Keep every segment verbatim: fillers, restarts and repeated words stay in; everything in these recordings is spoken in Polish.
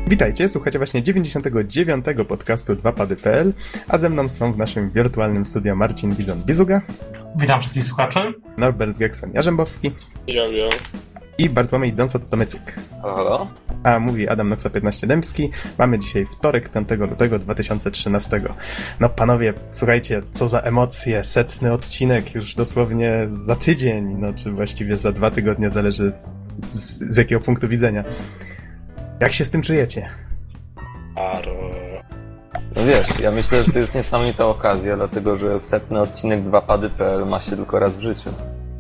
Witajcie, słuchacie właśnie dziewięćdziesiątego dziewiątego podcastu dwa pady kropka p l, a ze mną są w naszym wirtualnym studio Marcin Bizon-Bizuga. Witam wszystkich słuchaczy. Norbert Gekson-Jarzębowski. Jo, jo. I Bartłomiej Donsot-Tomycyk. Halo, halo. A mówi Adam Noxa piętnaście Dębski. Mamy dzisiaj wtorek, piątego lutego dwa tysiące trzynastego. No panowie, słuchajcie, co za emocje, setny odcinek już dosłownie za tydzień, no czy właściwie za dwa tygodnie, zależy z, z jakiego punktu widzenia. Jak się z tym czujecie? Aro. No wiesz, ja myślę, że to jest niesamowita okazja, dlatego że setny odcinek dwa pady kropka p l ma się tylko raz w życiu.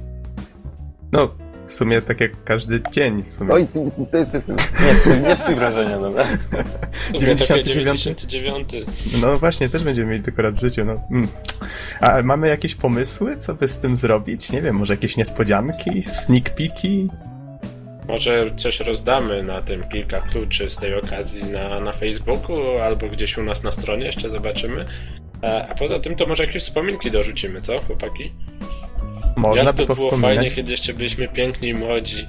No, w sumie tak jak każdy dzień w sumie. Oj, ty, ty, ty, ty. Nie psuj, nie psuj wrażenia, dobra? dziewięćdziesiąty dziewiąty. dziewięćdziesiąty dziewiąty. No właśnie, też będziemy mieli tylko raz w życiu. No. Mm. A mamy jakieś pomysły, co by z tym zrobić? Nie wiem, może jakieś niespodzianki, sneak peeki? Może coś rozdamy na tym, kilka kluczy z tej okazji na, na Facebooku albo gdzieś u nas na stronie, jeszcze zobaczymy. A, a poza tym to może jakieś wspominki dorzucimy, co chłopaki? Można Jak by to było powspominać. fajnie, kiedy jeszcze byliśmy piękni i młodzi.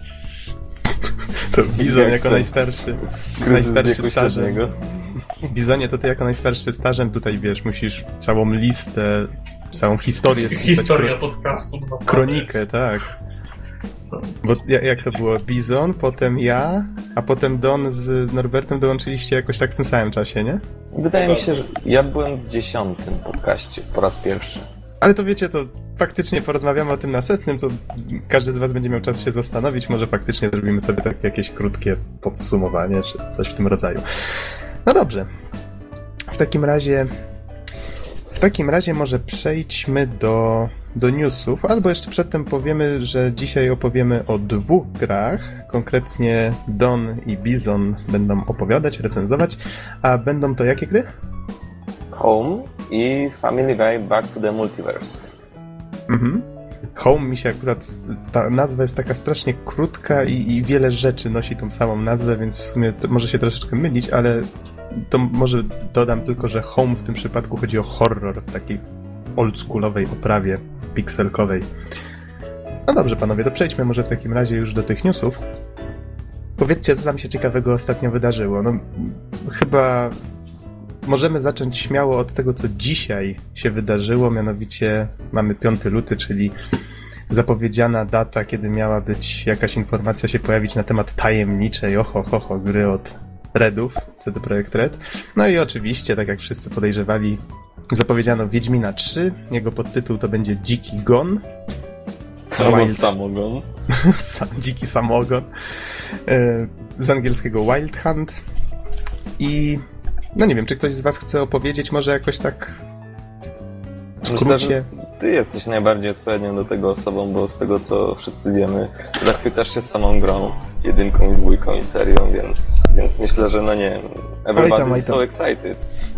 To Bizon jako sen. najstarszy, najstarszy stażem. Bizonie, to ty jako najstarszy stażem tutaj, wiesz, musisz całą listę, całą historię spisać. Historia kro- podcastu. dwa pady. Kronikę, tak. Bo jak to było? Bizon, potem ja, a potem Don z Norbertem dołączyliście jakoś tak w tym samym czasie, nie? Wydaje mi się, że ja byłem w dziesiątym podcaście po raz pierwszy. Ale to wiecie, to faktycznie porozmawiamy o tym na setnym, to każdy z was będzie miał czas się zastanowić, może faktycznie zrobimy sobie tak jakieś krótkie podsumowanie, czy coś w tym rodzaju. No dobrze. W takim razie w takim razie może przejdźmy do, do newsów, albo jeszcze przedtem powiemy, że dzisiaj opowiemy o dwóch grach, konkretnie Don i Bizon będą opowiadać, recenzować, a będą to jakie gry? Home i Family Guy Back to the Multiverse. Mhm. Home mi się akurat, ta nazwa jest taka strasznie krótka i, i wiele rzeczy nosi tą samą nazwę, więc w sumie to może się troszeczkę mylić, ale to może dodam tylko, że Home w tym przypadku chodzi o horror w takiej oldschoolowej oprawie pikselkowej. No dobrze panowie, to przejdźmy może w takim razie już do tych newsów. Powiedzcie, co tam się ciekawego ostatnio wydarzyło. No chyba możemy zacząć śmiało od tego, co dzisiaj się wydarzyło, mianowicie mamy piąty luty, czyli zapowiedziana data, kiedy miała być jakaś informacja się pojawić na temat tajemniczej, oho, ho, ho, gry od Redów, C D Projekt Red. No i oczywiście, tak jak wszyscy podejrzewali, zapowiedziano Wiedźmina trzy, jego podtytuł to będzie Dziki Gon. Albo Wild... Samogon. Dziki Samogon. Z angielskiego Wild Hunt. I no nie wiem, czy ktoś z was chce opowiedzieć może jakoś tak w skrócie? Myślę, że ty jesteś najbardziej odpowiednią do tego osobą, bo z tego co wszyscy wiemy, zachwycasz się samą grą, jedynką i dwójką i serią, więc, więc myślę, że no nie, everybody is so excited.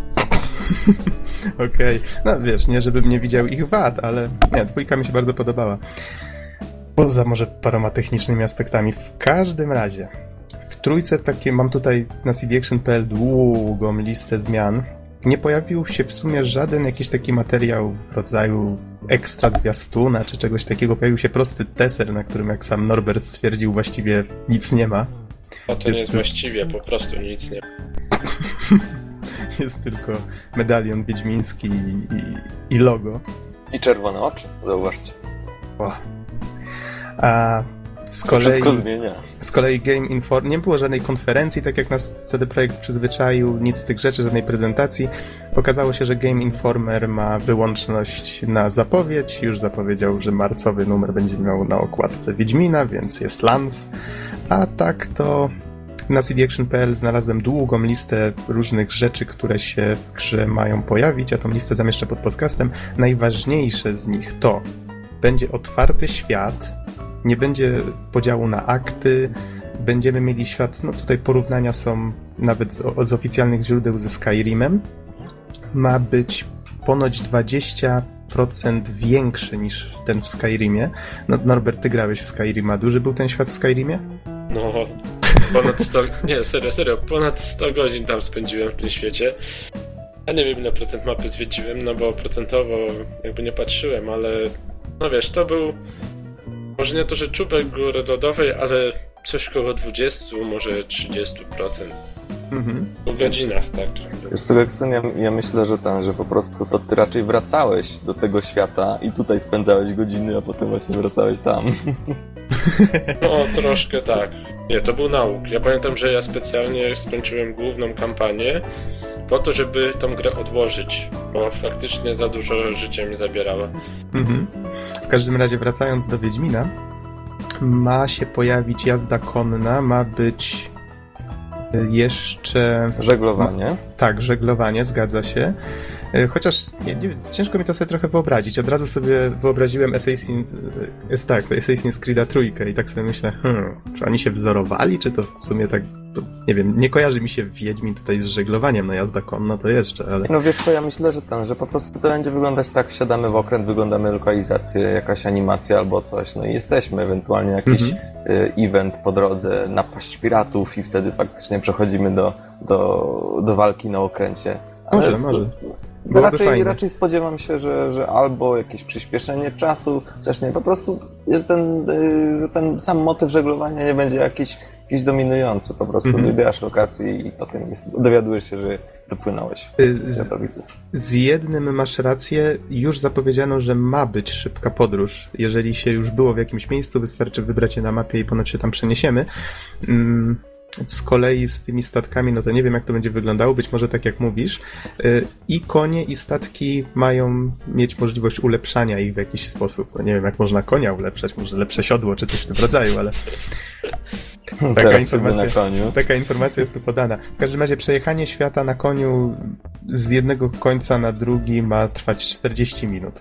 Okej, okay. No wiesz, nie żebym nie widział ich wad, ale nie, dwójka mi się bardzo podobała. Poza może paroma technicznymi aspektami. W każdym razie w trójce takie, mam tutaj na c d action kropka p l długą listę zmian. Nie pojawił się w sumie żaden jakiś taki materiał w rodzaju ekstra zwiastuna czy czegoś takiego. Pojawił się prosty teaser, na którym, jak sam Norbert stwierdził, właściwie nic nie ma. A to jest nie jest właściwie, po prostu nic nie ma. Jest tylko medalion wiedźmiński i, i, i logo. I czerwone oczy, zauważcie. O. A z kolei, wszystko zmienia. Z kolei Game Informer, nie było żadnej konferencji, tak jak nas C D Projekt przyzwyczaił, nic z tych rzeczy, żadnej prezentacji. Okazało się, że Game Informer ma wyłączność na zapowiedź. Już zapowiedział, że marcowy numer będzie miał na okładce Wiedźmina, więc jest Lance. A tak to na c d action kropka p l znalazłem długą listę różnych rzeczy, które się w grze mają pojawić, a tą listę zamieszczę pod podcastem. Najważniejsze z nich to będzie otwarty świat, nie będzie podziału na akty, będziemy mieli świat, no tutaj porównania są nawet z, z oficjalnych źródeł ze Skyrimem. Ma być ponoć dwadzieścia procent większy niż ten w Skyrimie. No, Norbert, ty grałeś w Skyrima. Duży był ten świat w Skyrimie? No, ponad sto... Nie, serio, serio, ponad sto godzin tam spędziłem w tym świecie. Ja nie wiem, ile procent mapy zwiedziłem, no bo procentowo jakby nie patrzyłem, ale no wiesz, to był może nie to, że czubek góry lodowej, ale coś koło dwadzieścia, może trzydzieści procent. Mhm. W godzinach, tak. Wiesz co, Geksen, ja, ja myślę, że tam, że po prostu to ty raczej wracałeś do tego świata i tutaj spędzałeś godziny, a potem właśnie wracałeś tam. No, troszkę tak. Nie, to był nauk. Ja pamiętam, że ja specjalnie skończyłem główną kampanię po to, żeby tą grę odłożyć, bo faktycznie za dużo życia mi zabierała. Mhm. W każdym razie, wracając do Wiedźmina, ma się pojawić jazda konna, ma być jeszcze... Żeglowanie. Ma... Tak, żeglowanie, zgadza się. Chociaż nie, nie, ciężko mi to sobie trochę wyobrazić. Od razu sobie wyobraziłem Assassin's, jest tak, Assassin's Creed'a trójkę i tak sobie myślę, hmm, czy oni się wzorowali, czy to w sumie tak, nie wiem, nie kojarzy mi się Wiedźmin tutaj z żeglowaniem, no jazda konna to jeszcze, ale... No wiesz co, ja myślę, że ten, że po prostu to będzie wyglądać tak, wsiadamy w okręt, wyglądamy lokalizację, jakaś animacja albo coś, no i jesteśmy, ewentualnie jakiś mhm. event po drodze, napaść piratów i wtedy faktycznie przechodzimy do, do, do walki na okręcie. Ale może, może. Raczej, raczej spodziewam się, że, że albo jakieś przyspieszenie czasu, chociaż nie, po prostu, że ten, że ten sam motyw żeglowania nie będzie jakiś, jakiś dominujący. Po prostu mm-hmm. wybierasz lokację i potem jest, dowiadujesz się, że dopłynąłeś. Z, z jednym masz rację, już zapowiedziano, że ma być szybka podróż. Jeżeli się już było w jakimś miejscu, wystarczy wybrać je na mapie i ponoć się tam przeniesiemy. Mm. Z kolei z tymi statkami, no to nie wiem, jak to będzie wyglądało, być może tak jak mówisz. I konie, i statki mają mieć możliwość ulepszania ich w jakiś sposób. No nie wiem, jak można konia ulepszać, może lepsze siodło, czy coś w tym rodzaju, ale... Taka informacja, taka informacja jest tu podana. W każdym razie przejechanie świata na koniu z jednego końca na drugi ma trwać czterdzieści minut.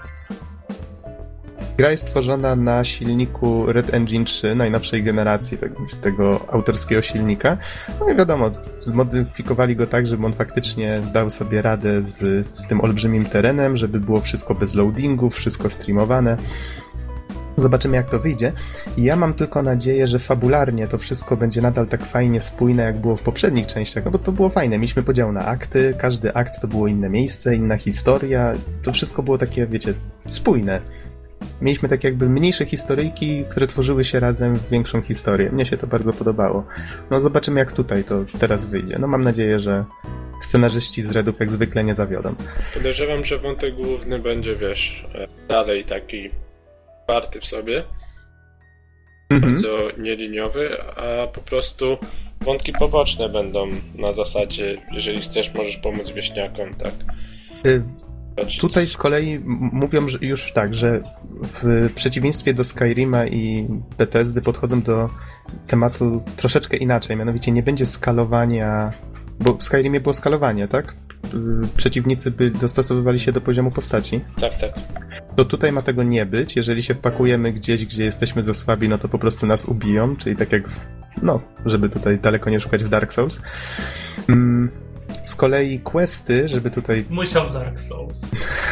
Gra jest tworzona na silniku Red Engine trzy, najnowszej generacji tego, tego autorskiego silnika. No i wiadomo, zmodyfikowali go tak, żeby on faktycznie dał sobie radę z, z tym olbrzymim terenem, żeby było wszystko bez loadingów, wszystko streamowane. Zobaczymy, jak to wyjdzie. I ja mam tylko nadzieję, że fabularnie to wszystko będzie nadal tak fajnie spójne, jak było w poprzednich częściach, no bo to było fajne. Mieliśmy podział na akty, każdy akt to było inne miejsce, inna historia. To wszystko było takie, wiecie, spójne. Mieliśmy tak jakby mniejsze historyjki, które tworzyły się razem w większą historię. Mnie się to bardzo podobało. No zobaczymy, jak tutaj to teraz wyjdzie. No mam nadzieję, że scenarzyści z Redów jak zwykle nie zawiodą. Podejrzewam, że wątek główny będzie, wiesz, dalej taki warty w sobie. Mhm. Bardzo nieliniowy, a po prostu wątki poboczne będą na zasadzie, jeżeli chcesz, możesz pomóc wieśniakom, tak? Y- Tutaj z kolei mówią że już tak, że w przeciwieństwie do Skyrima i Bethesdy podchodzą do tematu troszeczkę inaczej, mianowicie nie będzie skalowania, bo w Skyrimie było skalowanie, tak? Przeciwnicy by dostosowywali się do poziomu postaci. Tak, tak. To tutaj ma tego nie być, jeżeli się wpakujemy gdzieś, gdzie jesteśmy za słabi, no to po prostu nas ubiją, czyli tak jak, w, no, żeby tutaj daleko nie szukać w Dark Souls. Mm. Z kolei questy, żeby tutaj... Musiał Dark Souls.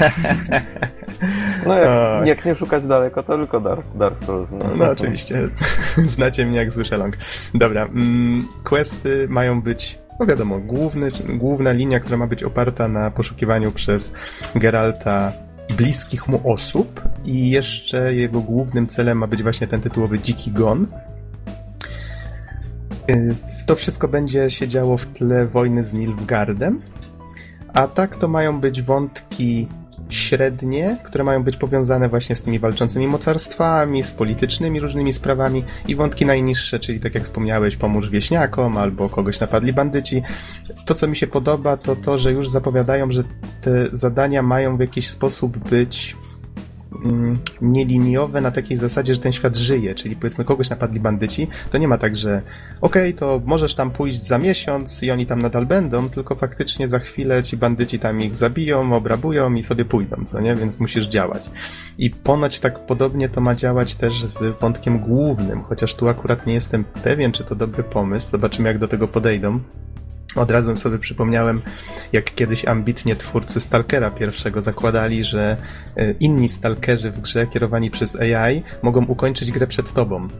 No jak, jak nie szukać daleko, to tylko Dark, Dark Souls. No, no oczywiście. Znacie mnie jak zły szeląg. Dobra, questy mają być, no wiadomo, główny, główna linia, która ma być oparta na poszukiwaniu przez Geralta bliskich mu osób i jeszcze jego głównym celem ma być właśnie ten tytułowy Dziki Gon. To wszystko będzie się działo w tle wojny z Nilfgaardem, a tak to mają być wątki średnie, które mają być powiązane właśnie z tymi walczącymi mocarstwami, z politycznymi różnymi sprawami i wątki najniższe, czyli tak jak wspomniałeś, pomóż wieśniakom albo kogoś napadli bandyci. To, co mi się podoba, to to, że już zapowiadają, że te zadania mają w jakiś sposób być nieliniowe na takiej zasadzie, że ten świat żyje, czyli powiedzmy kogoś napadli bandyci, to nie ma tak, że okej, okay, to możesz tam pójść za miesiąc i oni tam nadal będą, tylko faktycznie za chwilę ci bandyci tam ich zabiją, obrabują i sobie pójdą, co nie? Więc musisz działać. I ponoć tak podobnie to ma działać też z wątkiem głównym, chociaż tu akurat nie jestem pewien, czy to dobry pomysł. Zobaczymy, jak do tego podejdą. Od razu sobie przypomniałem, jak kiedyś ambitnie twórcy Stalkera pierwszego zakładali, że inni stalkerzy w grze kierowani przez A I mogą ukończyć grę przed tobą.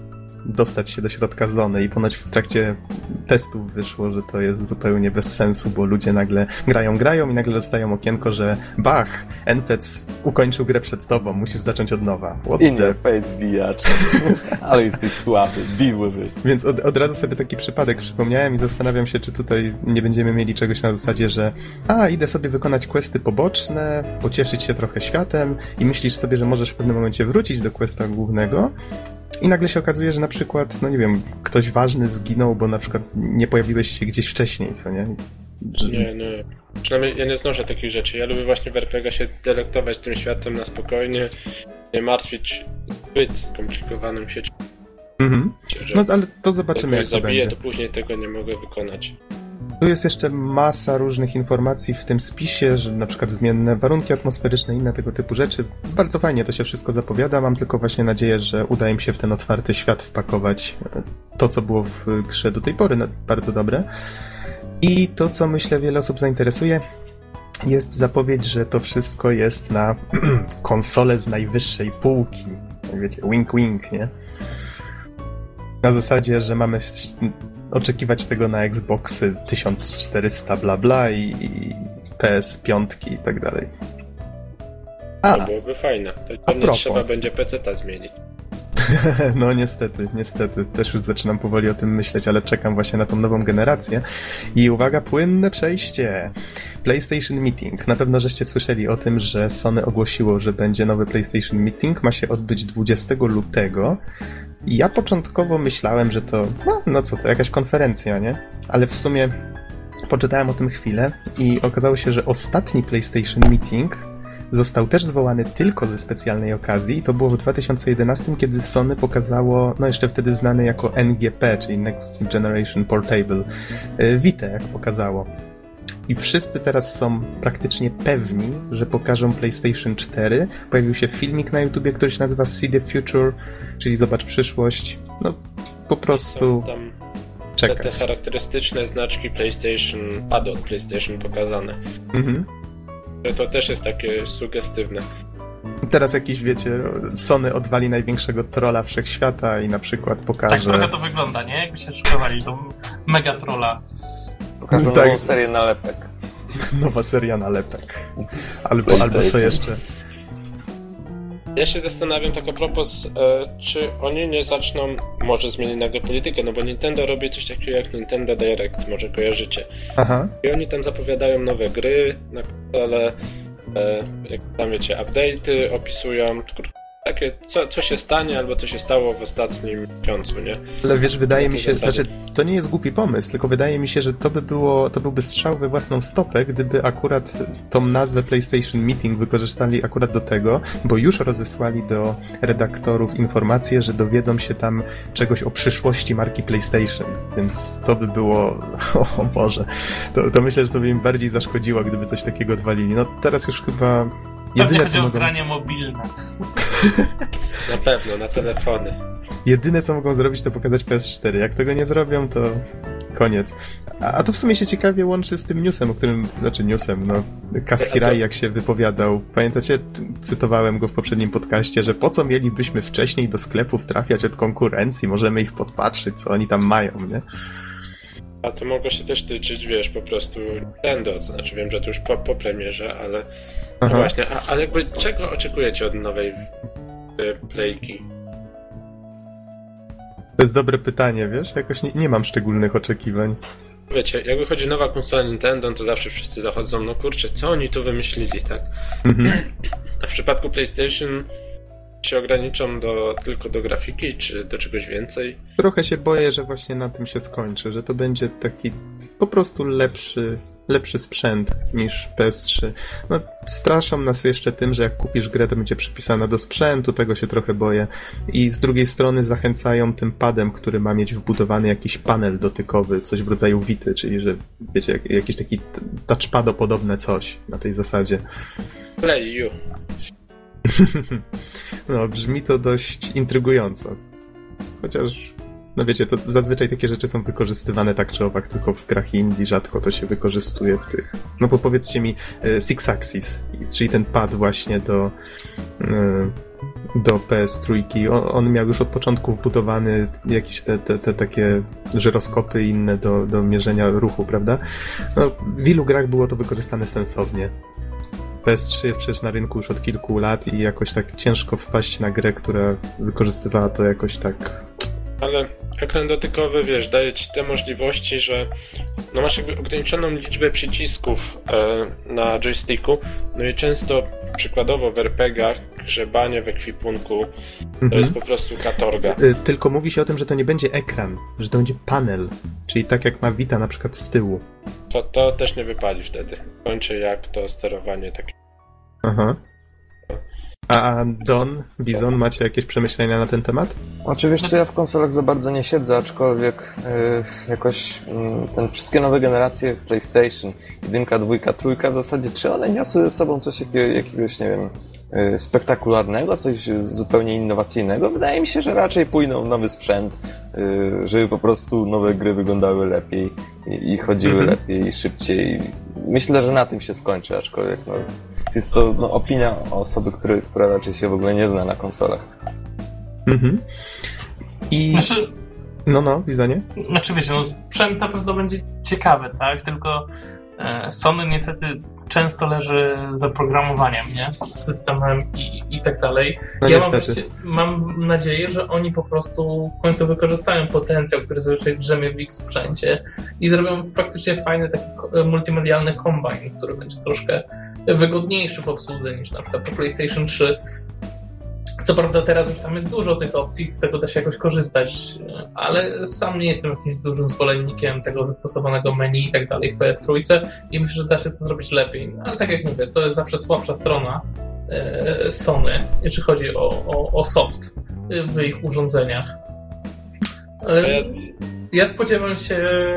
dostać się do środka zony i ponoć w trakcie testów wyszło, że to jest zupełnie bez sensu, bo ludzie nagle grają, grają i nagle dostają okienko, że bach, N P C ukończył grę przed tobą, musisz zacząć od nowa. What In the... your face, bijacz. Ale jesteś słaby, deal with it. Więc od, od razu sobie taki przypadek przypomniałem i zastanawiam się, czy tutaj nie będziemy mieli czegoś na zasadzie, że a, idę sobie wykonać questy poboczne, pocieszyć się trochę światem i myślisz sobie, że możesz w pewnym momencie wrócić do questa głównego i nagle się okazuje, że na przykład, no nie wiem, ktoś ważny zginął, bo na przykład nie pojawiłeś się gdzieś wcześniej, co nie? Że... Nie, nie. Przynajmniej ja nie znoszę takich rzeczy. Ja lubię właśnie w er pe gie się delektować tym światem na spokojnie, nie martwić zbyt skomplikowanym siecią. Mhm. No ale to zobaczymy, jak to zabiję, będzie. to później tego nie mogę wykonać. Tu jest jeszcze masa różnych informacji w tym spisie, że na przykład zmienne warunki atmosferyczne i inne tego typu rzeczy. Bardzo fajnie to się wszystko zapowiada. Mam tylko właśnie nadzieję, że uda im się w ten otwarty świat wpakować to, co było w grze do tej pory bardzo dobre. I to, co myślę wiele osób zainteresuje, jest zapowiedź, że to wszystko jest na konsolę z najwyższej półki. Jak wiecie, wink wink, nie? Na zasadzie, że mamy oczekiwać tego na Xboxy tysiąc czterysta bla bla i, i P S pięć i tak dalej. A, to byłoby fajne. To pewnie propos. Trzeba będzie peceta zmienić. No niestety, niestety. Też już zaczynam powoli o tym myśleć, ale czekam właśnie na tą nową generację. I uwaga, płynne przejście. PlayStation Meeting. Na pewno żeście słyszeli o tym, że Sony ogłosiło, że będzie nowy PlayStation Meeting. Ma się odbyć dwudziestego lutego. I ja początkowo myślałem, że to, no, no co to, jakaś konferencja, nie? Ale w sumie poczytałem o tym chwilę i okazało się, że ostatni PlayStation Meeting został też zwołany tylko ze specjalnej okazji i to było w dwa tysiące jedenastym, kiedy Sony pokazało, no jeszcze wtedy znany jako N G P, czyli Next Generation Portable, Vita, jak pokazało. I wszyscy teraz są praktycznie pewni, że pokażą PlayStation cztery. Pojawił się filmik na YouTubie, który się nazywa See the Future, czyli Zobacz przyszłość. No, po prostu Są tam czekać. te charakterystyczne znaczki PlayStation, pady od PlayStation pokazane. Mhm. To też jest takie sugestywne. Teraz jakiś, wiecie, Sony odwali największego trolla wszechświata i na przykład pokaże... Tak trochę to wygląda, nie? Jakby się szykowali do mega trolla. Pokażą Tak. nową serię nalepek. Nowa seria nalepek. Albo, albo co jeszcze? Ja się zastanawiam tak a propos, e, czy oni nie zaczną może zmienić nagle politykę, no bo Nintendo robi coś takiego jak Nintendo Direct, może kojarzycie. Aha. I oni tam zapowiadają nowe gry na konsolę, e, jak tam wiecie, update'y opisują, tylko takie, co, co się stanie, albo co się stało w ostatnim miesiącu, nie? Ale wiesz, wydaje Na mi tej się, zasadzie. znaczy, to nie jest głupi pomysł, tylko wydaje mi się, że to by było, to byłby strzał we własną stopę, gdyby akurat tą nazwę PlayStation Meeting wykorzystali akurat do tego, bo już rozesłali do redaktorów informacje, że dowiedzą się tam czegoś o przyszłości marki PlayStation, więc to by było, o Boże, to, to myślę, że to by im bardziej zaszkodziło, gdyby coś takiego odwalili. No teraz już chyba Pewnie jedyne, chodzi co o mogą... granie mobilne. Na pewno, na telefony. Jedyne, co mogą zrobić, to pokazać P S cztery. Jak tego nie zrobią, to koniec. A, a to w sumie się ciekawie łączy z tym newsem, o którym, znaczy newsem, no, Kaz Hirai, jak się wypowiadał. Pamiętacie, cytowałem go w poprzednim podcaście, że po co mielibyśmy wcześniej do sklepów trafiać od konkurencji, możemy ich podpatrzyć, co oni tam mają, nie? A to mogło się też tyczyć, wiesz, po prostu Nintendo, znaczy wiem, że to już po, po premierze, ale no Aha. właśnie, a, ale jakby czego oczekujecie od nowej y, Playki? To jest dobre pytanie, wiesz? Jakoś nie, nie mam szczególnych oczekiwań. Wiecie, jak wychodzi nowa konsola Nintendo, to zawsze wszyscy zachodzą, no kurczę, co oni tu wymyślili, tak? Mhm. A w przypadku PlayStation się ograniczą do, tylko do grafiki, czy do czegoś więcej? Trochę się boję, że właśnie na tym się skończy, że to będzie taki po prostu lepszy, lepszy sprzęt niż P S trzy. No, straszą nas jeszcze tym, że jak kupisz grę, to będzie przypisana do sprzętu, tego się trochę boję. I z drugiej strony zachęcają tym padem, który ma mieć wbudowany jakiś panel dotykowy, coś w rodzaju Vity, czyli że wiecie, jak, jakiś taki touchpadopodobne coś na tej zasadzie. Play you. No, brzmi to dość intrygująco. Chociaż, no wiecie, to zazwyczaj takie rzeczy są wykorzystywane tak czy owak tylko w grach indie, rzadko to się wykorzystuje w tych... No bo powiedzcie mi, Six Axis, czyli ten pad właśnie do, do P S trzy. On, on miał już od początku wbudowany jakieś te, te, te takie żyroskopy i inne do, do mierzenia ruchu, prawda? No, w ilu grach było to wykorzystane sensownie. P S trzy jest przecież na rynku już od kilku lat i jakoś tak ciężko wpaść na grę, która wykorzystywała to jakoś tak... Ale ekran dotykowy, wiesz, daje ci te możliwości, że no masz jakby ograniczoną liczbę przycisków e, na joysticku, no i często przykładowo w er pe gach grzebanie w ekwipunku to mhm. jest po prostu katorga. Tylko mówi się o tym, że to nie będzie ekran, że to będzie panel, czyli tak jak ma Vita na przykład z tyłu. To, to też nie wypali wtedy. Kończy jak to sterowanie takie. Aha. A Don, Bizon, macie jakieś przemyślenia na ten temat? Oczywiście ja w konsolach za bardzo nie siedzę, aczkolwiek yy, jakoś yy, ten wszystkie nowe generacje PlayStation, jedynka, dwójka, trójka w zasadzie, czy one niosły ze sobą coś jakiego, jakiegoś, nie wiem, yy, spektakularnego, coś zupełnie innowacyjnego? Wydaje mi się, że raczej pójdą w nowy sprzęt, yy, żeby po prostu nowe gry wyglądały lepiej i, i chodziły mm-hmm. lepiej, szybciej. Myślę, że na tym się skończy, aczkolwiek no, jest to no, opinia osoby, który, która raczej się w ogóle nie zna na konsolach. Mhm. I... Znaczy... No, no, Bizonie? Znaczy wiecie, no sprzęt na pewno będzie ciekawy, tak? Tylko e, Sony niestety często leży za programowaniem, nie? Z systemem i, i tak dalej. No ja mam, wreszcie, mam nadzieję, że oni po prostu w końcu wykorzystają potencjał, który zazwyczaj drzemie w ich sprzęcie i zrobią faktycznie fajny taki multimedialny kombajn, który będzie troszkę wygodniejszy w obsłudze niż na przykład po PlayStation trzy. Co prawda teraz już tam jest dużo tych opcji, z tego da się jakoś korzystać, ale sam nie jestem jakimś dużym zwolennikiem tego zastosowanego menu i tak dalej w P S trzy i myślę, że da się to zrobić lepiej. Ale tak jak mówię, to jest zawsze słabsza strona e, Sony, jeśli chodzi o, o, o soft w ich urządzeniach. Ale ja spodziewam się,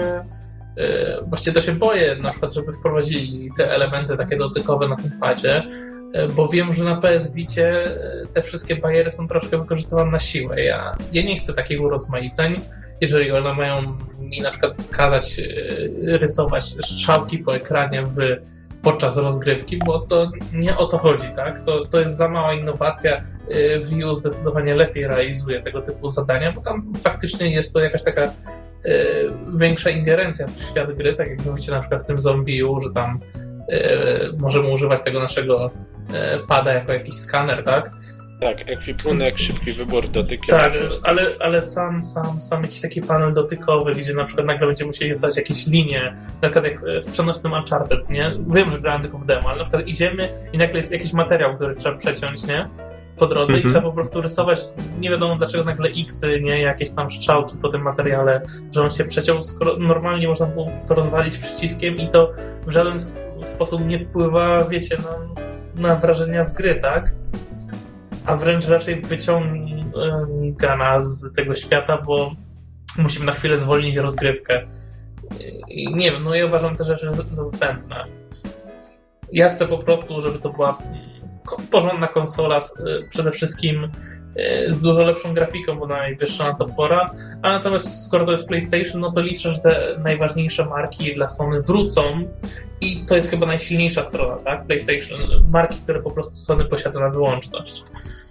e, właściwie to się boję na przykład, żeby wprowadzili te elementy takie dotykowe na tym padzie, bo wiem, że na P S Vicie te wszystkie bariery są troszkę wykorzystywane na siłę. Ja, ja nie chcę takich urozmaiceń. Jeżeli one mają mi na przykład kazać rysować strzałki po ekranie w, podczas rozgrywki, bo to nie o to chodzi, tak? To, to jest za mała innowacja. Wii U zdecydowanie lepiej realizuje tego typu zadania, bo tam faktycznie jest to jakaś taka większa ingerencja w świat gry, tak jak mówicie na przykład w tym Zombie U, że tam możemy używać tego naszego pada jako jakiś skaner, tak? Tak, ekwipunek, szybki wybór dotykiem. Tak, ale, ale sam, sam, sam jakiś taki panel dotykowy, gdzie na przykład nagle będziemy musieli dostać jakieś linie, na przykład jak w przenośnym Uncharted, nie? Wiem, że grałem tylko w demo, ale na przykład idziemy i nagle jest jakiś materiał, który trzeba przeciąć, nie? Po drodze mm-hmm. i trzeba po prostu rysować, nie wiadomo dlaczego nagle X-y, nie? Jakieś tam strzałki po tym materiale, że on się przeciął, skoro normalnie można było to rozwalić przyciskiem i to w żaden sposób nie wpływa, wiecie, na, na wrażenia z gry, tak? A wręcz raczej wyciąga nas z tego świata, bo musimy na chwilę zwolnić rozgrywkę. I nie wiem, no ja uważam te rzeczy za zbędne. Ja chcę po prostu, żeby to była porządna konsola, z, przede wszystkim z dużo lepszą grafiką, bo najwyższa na to pora, a natomiast skoro to jest PlayStation, no to liczę, że te najważniejsze marki dla Sony wrócą i to jest chyba najsilniejsza strona, tak? PlayStation, marki, które po prostu Sony posiada na wyłączność.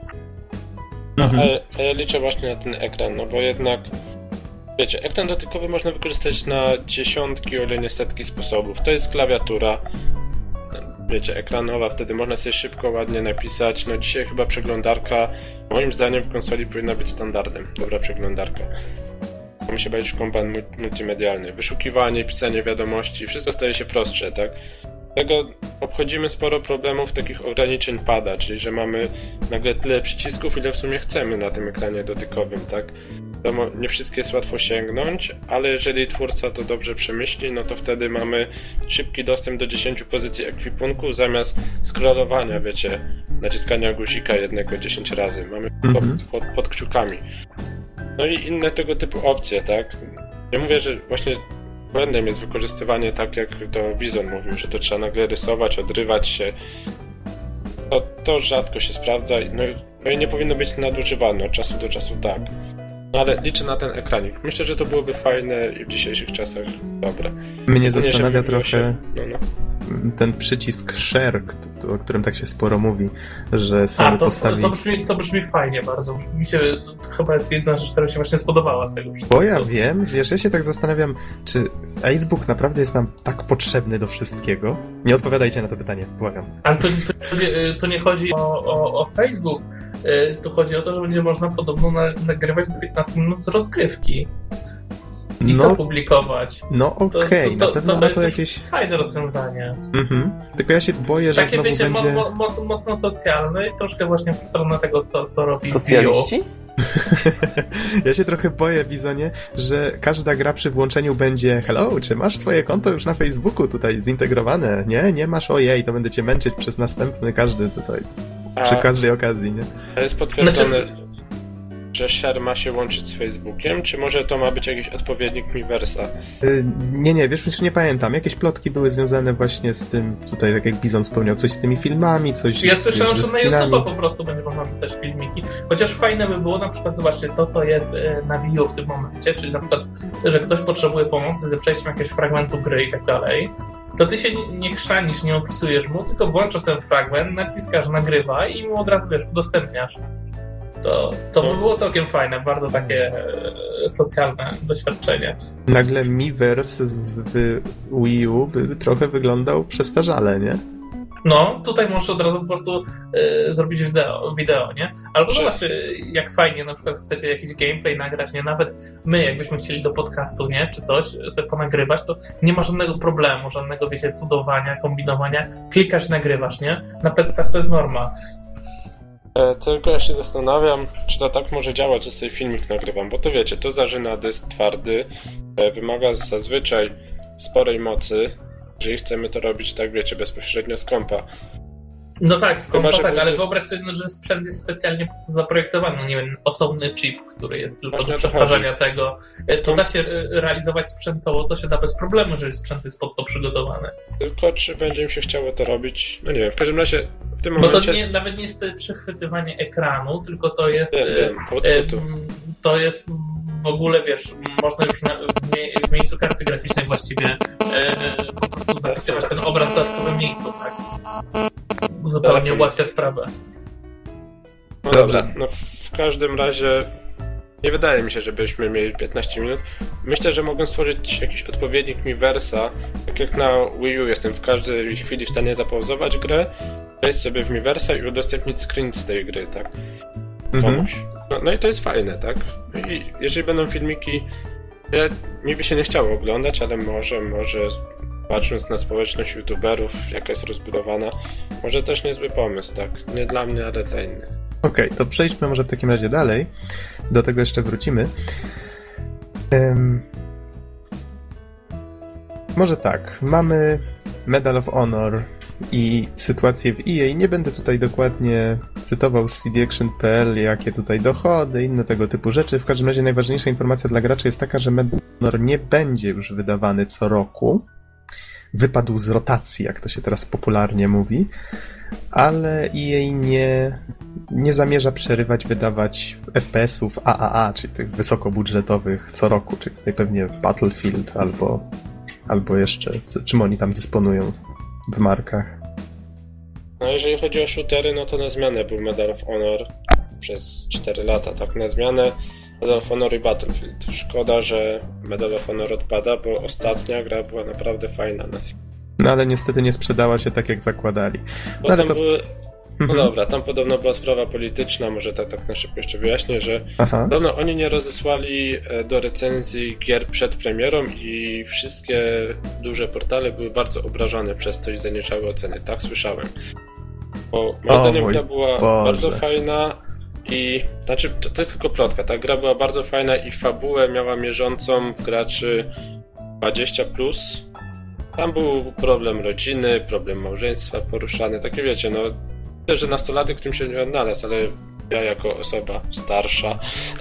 No, mhm. a, a ja liczę właśnie na ten ekran, no bo jednak wiecie, ekran dotykowy można wykorzystać na dziesiątki, o ile nie setki sposobów. To jest klawiatura, wiecie, ekranowa, wtedy można sobie szybko, ładnie napisać. No dzisiaj chyba przeglądarka, moim zdaniem w konsoli powinna być standardem. Dobra przeglądarka. Mamy się bawić w kompan multimedialny. Wyszukiwanie, pisanie wiadomości, wszystko staje się prostsze, tak? Dlatego obchodzimy sporo problemów takich ograniczeń pada, czyli że mamy nagle tyle przycisków, ile w sumie chcemy na tym ekranie dotykowym, tak? To nie wszystkie jest łatwo sięgnąć, ale jeżeli twórca to dobrze przemyśli, no to wtedy mamy szybki dostęp do dziesięciu pozycji ekwipunku zamiast scrollowania, wiecie, naciskania guzika jednego dziesięć razy. Mamy to mm-hmm. pod, pod kciukami. No i inne tego typu opcje, tak? Ja mówię, że właśnie błędem jest wykorzystywanie tak, jak to Bizon mówił, że to trzeba nagle rysować, odrywać się. To, to rzadko się sprawdza, no i, no i nie powinno być nadużywane od czasu do czasu, tak. Ale liczę na ten ekranik. Myślę, że to byłoby fajne i w dzisiejszych czasach dobre. Mnie zastanawia trochę się, no, no. ten przycisk share, o którym tak się sporo mówi, że Sony A, to, postawi... to, brzmi, to brzmi fajnie bardzo. Mi się, to chyba jest jedna rzecz, która mi się właśnie spodobała z tego wszystkiego. Bo ja wiem, wiesz, ja się tak zastanawiam, czy Facebook naprawdę jest nam tak potrzebny do wszystkiego? Nie odpowiadajcie na to pytanie, błagam. Ale to, to, to nie chodzi o, o, o Facebook, tu chodzi o to, że będzie można podobno na, nagrywać piętnaście minut z rozgrywki. I no, to publikować. No okej, okay. to, to, na pewno to, ma to to jest jakieś... fajne rozwiązanie. Mhm. Tylko ja się boję, że takie, znowu wiecie, będzie... mo, mo, mocno socjalny i troszkę właśnie w stronę tego, co, co robi Socjaliści? Ja się trochę boję, Bizonie, że każda gra przy włączeniu będzie hello, czy masz swoje konto już na Facebooku tutaj zintegrowane? Nie? Nie masz? Ojej, to będę cię męczyć przez następny każdy tutaj. Przy A, każdej okazji, nie? To jest potwierdzone... Znaczy... że share ma się łączyć z Facebookiem, czy może to ma być jakiś odpowiednik Miiversa? Yy, nie, nie, wiesz, już nie pamiętam. Jakieś plotki były związane właśnie z tym, tutaj tak jak Bizon wspomniał, coś z tymi filmami, coś Ja z, słyszałem, ze że na skinami. YouTube po prostu będzie można wrzucać filmiki. Chociaż fajne by było na przykład, zobaczcie, to co jest na Wii U w tym momencie, czyli na przykład, że ktoś potrzebuje pomocy ze przejściem jakiegoś fragmentu gry i tak dalej, to ty się nie chrzanisz, nie opisujesz mu, tylko włączasz ten fragment, naciskasz nagrywa i mu od razu, wiesz, udostępniasz. To, to by było całkiem fajne, bardzo takie e, socjalne doświadczenie. Nagle Miiverse w Wii U by trochę wyglądał przestarzale, nie? No, tutaj możesz od razu po prostu e, zrobić wideo, wideo, nie? Albo zobaczcie, jak fajnie na przykład chcecie jakiś gameplay nagrać, nie? Nawet my, jakbyśmy chcieli do podcastu, nie? Czy coś, sobie ponagrywać, to nie ma żadnego problemu, żadnego, wiecie, cudowania, kombinowania. Klikasz, nagrywasz, nie? Na pecetach to jest norma. E, tylko ja się zastanawiam, czy to tak może działać, że sobie filmik nagrywam, bo to wiecie, to zażyna dysk twardy, e, wymaga zazwyczaj sporej mocy, jeżeli chcemy to robić, tak wiecie, bezpośrednio z kompa. No tak, z kompa Chyba, tak, że ale by... wyobraź sobie, że sprzęt jest specjalnie zaprojektowany, nie wiem, osobny chip, który jest tylko Właśnie do przetwarzania tego. To da się realizować sprzętowo, to się da bez problemu, jeżeli sprzęt jest pod to przygotowany. Tylko czy będzie mi się chciało to robić? No nie wiem, w każdym razie w tym Bo momencie... to nie, nawet nie jest wtedy przechwytywanie ekranu, tylko to jest... Wiem, wiem, e, to jest w ogóle, wiesz, można już na, w, mie w miejscu karty graficznej właściwie e, po prostu zapisywać ten obraz w dodatkowym miejscu, tak? Zupełnie ułatwia sprawę. No dobra, no w każdym razie nie wydaje mi się, żebyśmy mieli piętnaście minut. Myślę, że mogę stworzyć jakiś odpowiednik Miiversa, tak jak na Wii U jestem w każdej chwili w stanie zapauzować grę, wejść sobie w Miiversa i udostępnić screen z tej gry, tak? Komuś. No, no i to jest fajne, tak? I jeżeli będą filmiki, ja, mi by się nie chciało oglądać, ale może, może patrząc na społeczność youtuberów, jaka jest rozbudowana, może też niezły pomysł, tak? Nie dla mnie, ale dla innych. Okej, okay, to przejdźmy może w takim razie dalej. Do tego jeszcze wrócimy. Um, może tak, mamy Medal of Honor i sytuację w E A. Nie będę tutaj dokładnie cytował z C D Action kropka P L, jakie tutaj dochody, inne tego typu rzeczy. W każdym razie najważniejsza informacja dla graczy jest taka, że Medal of Honor nie będzie już wydawany co roku. Wypadł z rotacji, jak to się teraz popularnie mówi, ale E A nie, nie zamierza przerywać, wydawać F P S-ów A A A, czyli tych wysokobudżetowych co roku, czyli tutaj pewnie Battlefield albo, albo jeszcze, czym oni tam dysponują w markach. No jeżeli chodzi o shootery, no to na zmianę był Medal of Honor przez cztery lata, tak na zmianę Medal of Honor i Battlefield. Szkoda, że Medal of Honor odpada, bo ostatnia gra była naprawdę fajna na Steam. No ale niestety nie sprzedała się tak, jak zakładali. Bo no, ale tam to... były... No dobra, tam podobno była sprawa polityczna, może tak, tak na szybko jeszcze wyjaśnię, że Aha. podobno oni nie rozesłali do recenzji gier przed premierą i wszystkie duże portale były bardzo obrażone przez to i zanieczały oceny. Tak słyszałem. Bo moim zdaniem gra była Boże. bardzo fajna i... Znaczy, to, to jest tylko plotka. Ta gra była bardzo fajna i fabułę miała mierzącą w graczy dwadzieścia plus. Tam był problem rodziny, problem małżeństwa poruszany. Takie wiecie, no... Myślę, że nastolatek w tym się nie odnalazł, ale ja jako osoba starsza...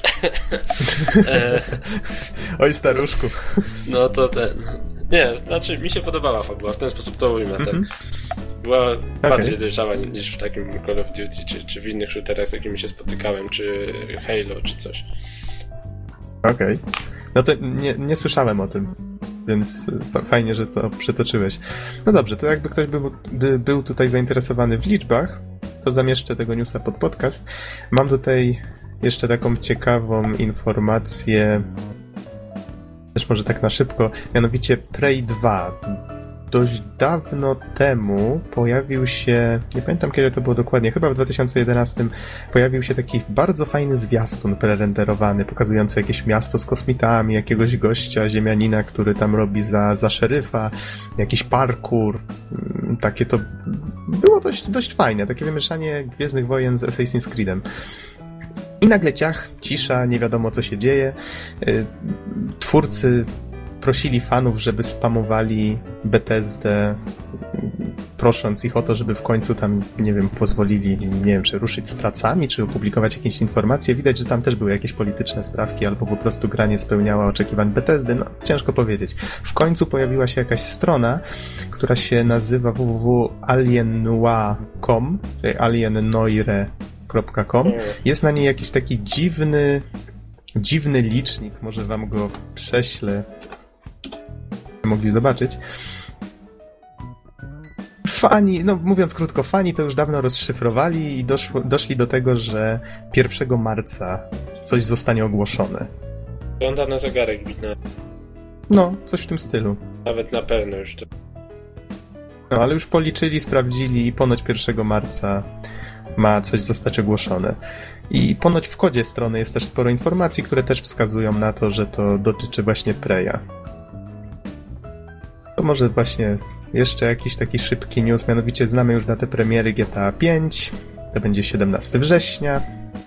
e... Oj, staruszku. No to ten... Nie, znaczy mi się podobała fabuła, w ten sposób to ujmę, mm-hmm. tak. Była okay. bardziej dojrzała niż w takim Call of Duty, czy, czy w innych shooterach, z jakimi się spotykałem, czy Halo, czy coś. Okej. Okay. No to nie, nie słyszałem o tym, więc fajnie, że to przytoczyłeś. No dobrze, to jakby ktoś by, by był tutaj zainteresowany w liczbach, to zamieszczę tego newsa pod podcast. Mam tutaj jeszcze taką ciekawą informację, też może tak na szybko, mianowicie Prey dwa. Dość dawno temu pojawił się, nie pamiętam kiedy to było dokładnie, chyba w dwa tysiące jedenastym pojawił się taki bardzo fajny zwiastun prerenderowany, pokazujący jakieś miasto z kosmitami, jakiegoś gościa, ziemianina, który tam robi za, za szeryfa, jakiś parkour. Takie to było dość, dość fajne, takie wymieszanie Gwiezdnych Wojen z Assassin's Creedem. I nagle ciach, cisza, nie wiadomo co się dzieje. Twórcy prosili fanów, żeby spamowali Bethesdę, prosząc ich o to, żeby w końcu tam, nie wiem, pozwolili, nie wiem, czy ruszyć z pracami, czy opublikować jakieś informacje. Widać, że tam też były jakieś polityczne sprawki, albo po prostu gra nie spełniała oczekiwań Bethesdy. No, ciężko powiedzieć. W końcu pojawiła się jakaś strona, która się nazywa w w w kropka aliennoire kropka com, czyli aliennoire kropka com. Jest na niej jakiś taki dziwny, dziwny licznik. Może wam go prześlę, mogli zobaczyć. Fani, no mówiąc krótko, fani to już dawno rozszyfrowali i doszło, doszli do tego, że pierwszego marca coś zostanie ogłoszone. Wygląda na zegarek widno. No, coś w tym stylu. Nawet na pewno już to. No, ale już policzyli, sprawdzili i ponoć pierwszego marca ma coś zostać ogłoszone. I ponoć w kodzie strony jest też sporo informacji, które też wskazują na to, że to dotyczy właśnie Preya. To może właśnie jeszcze jakiś taki szybki news, mianowicie znamy już datę premiery G T A pięć, to będzie siedemnastego września.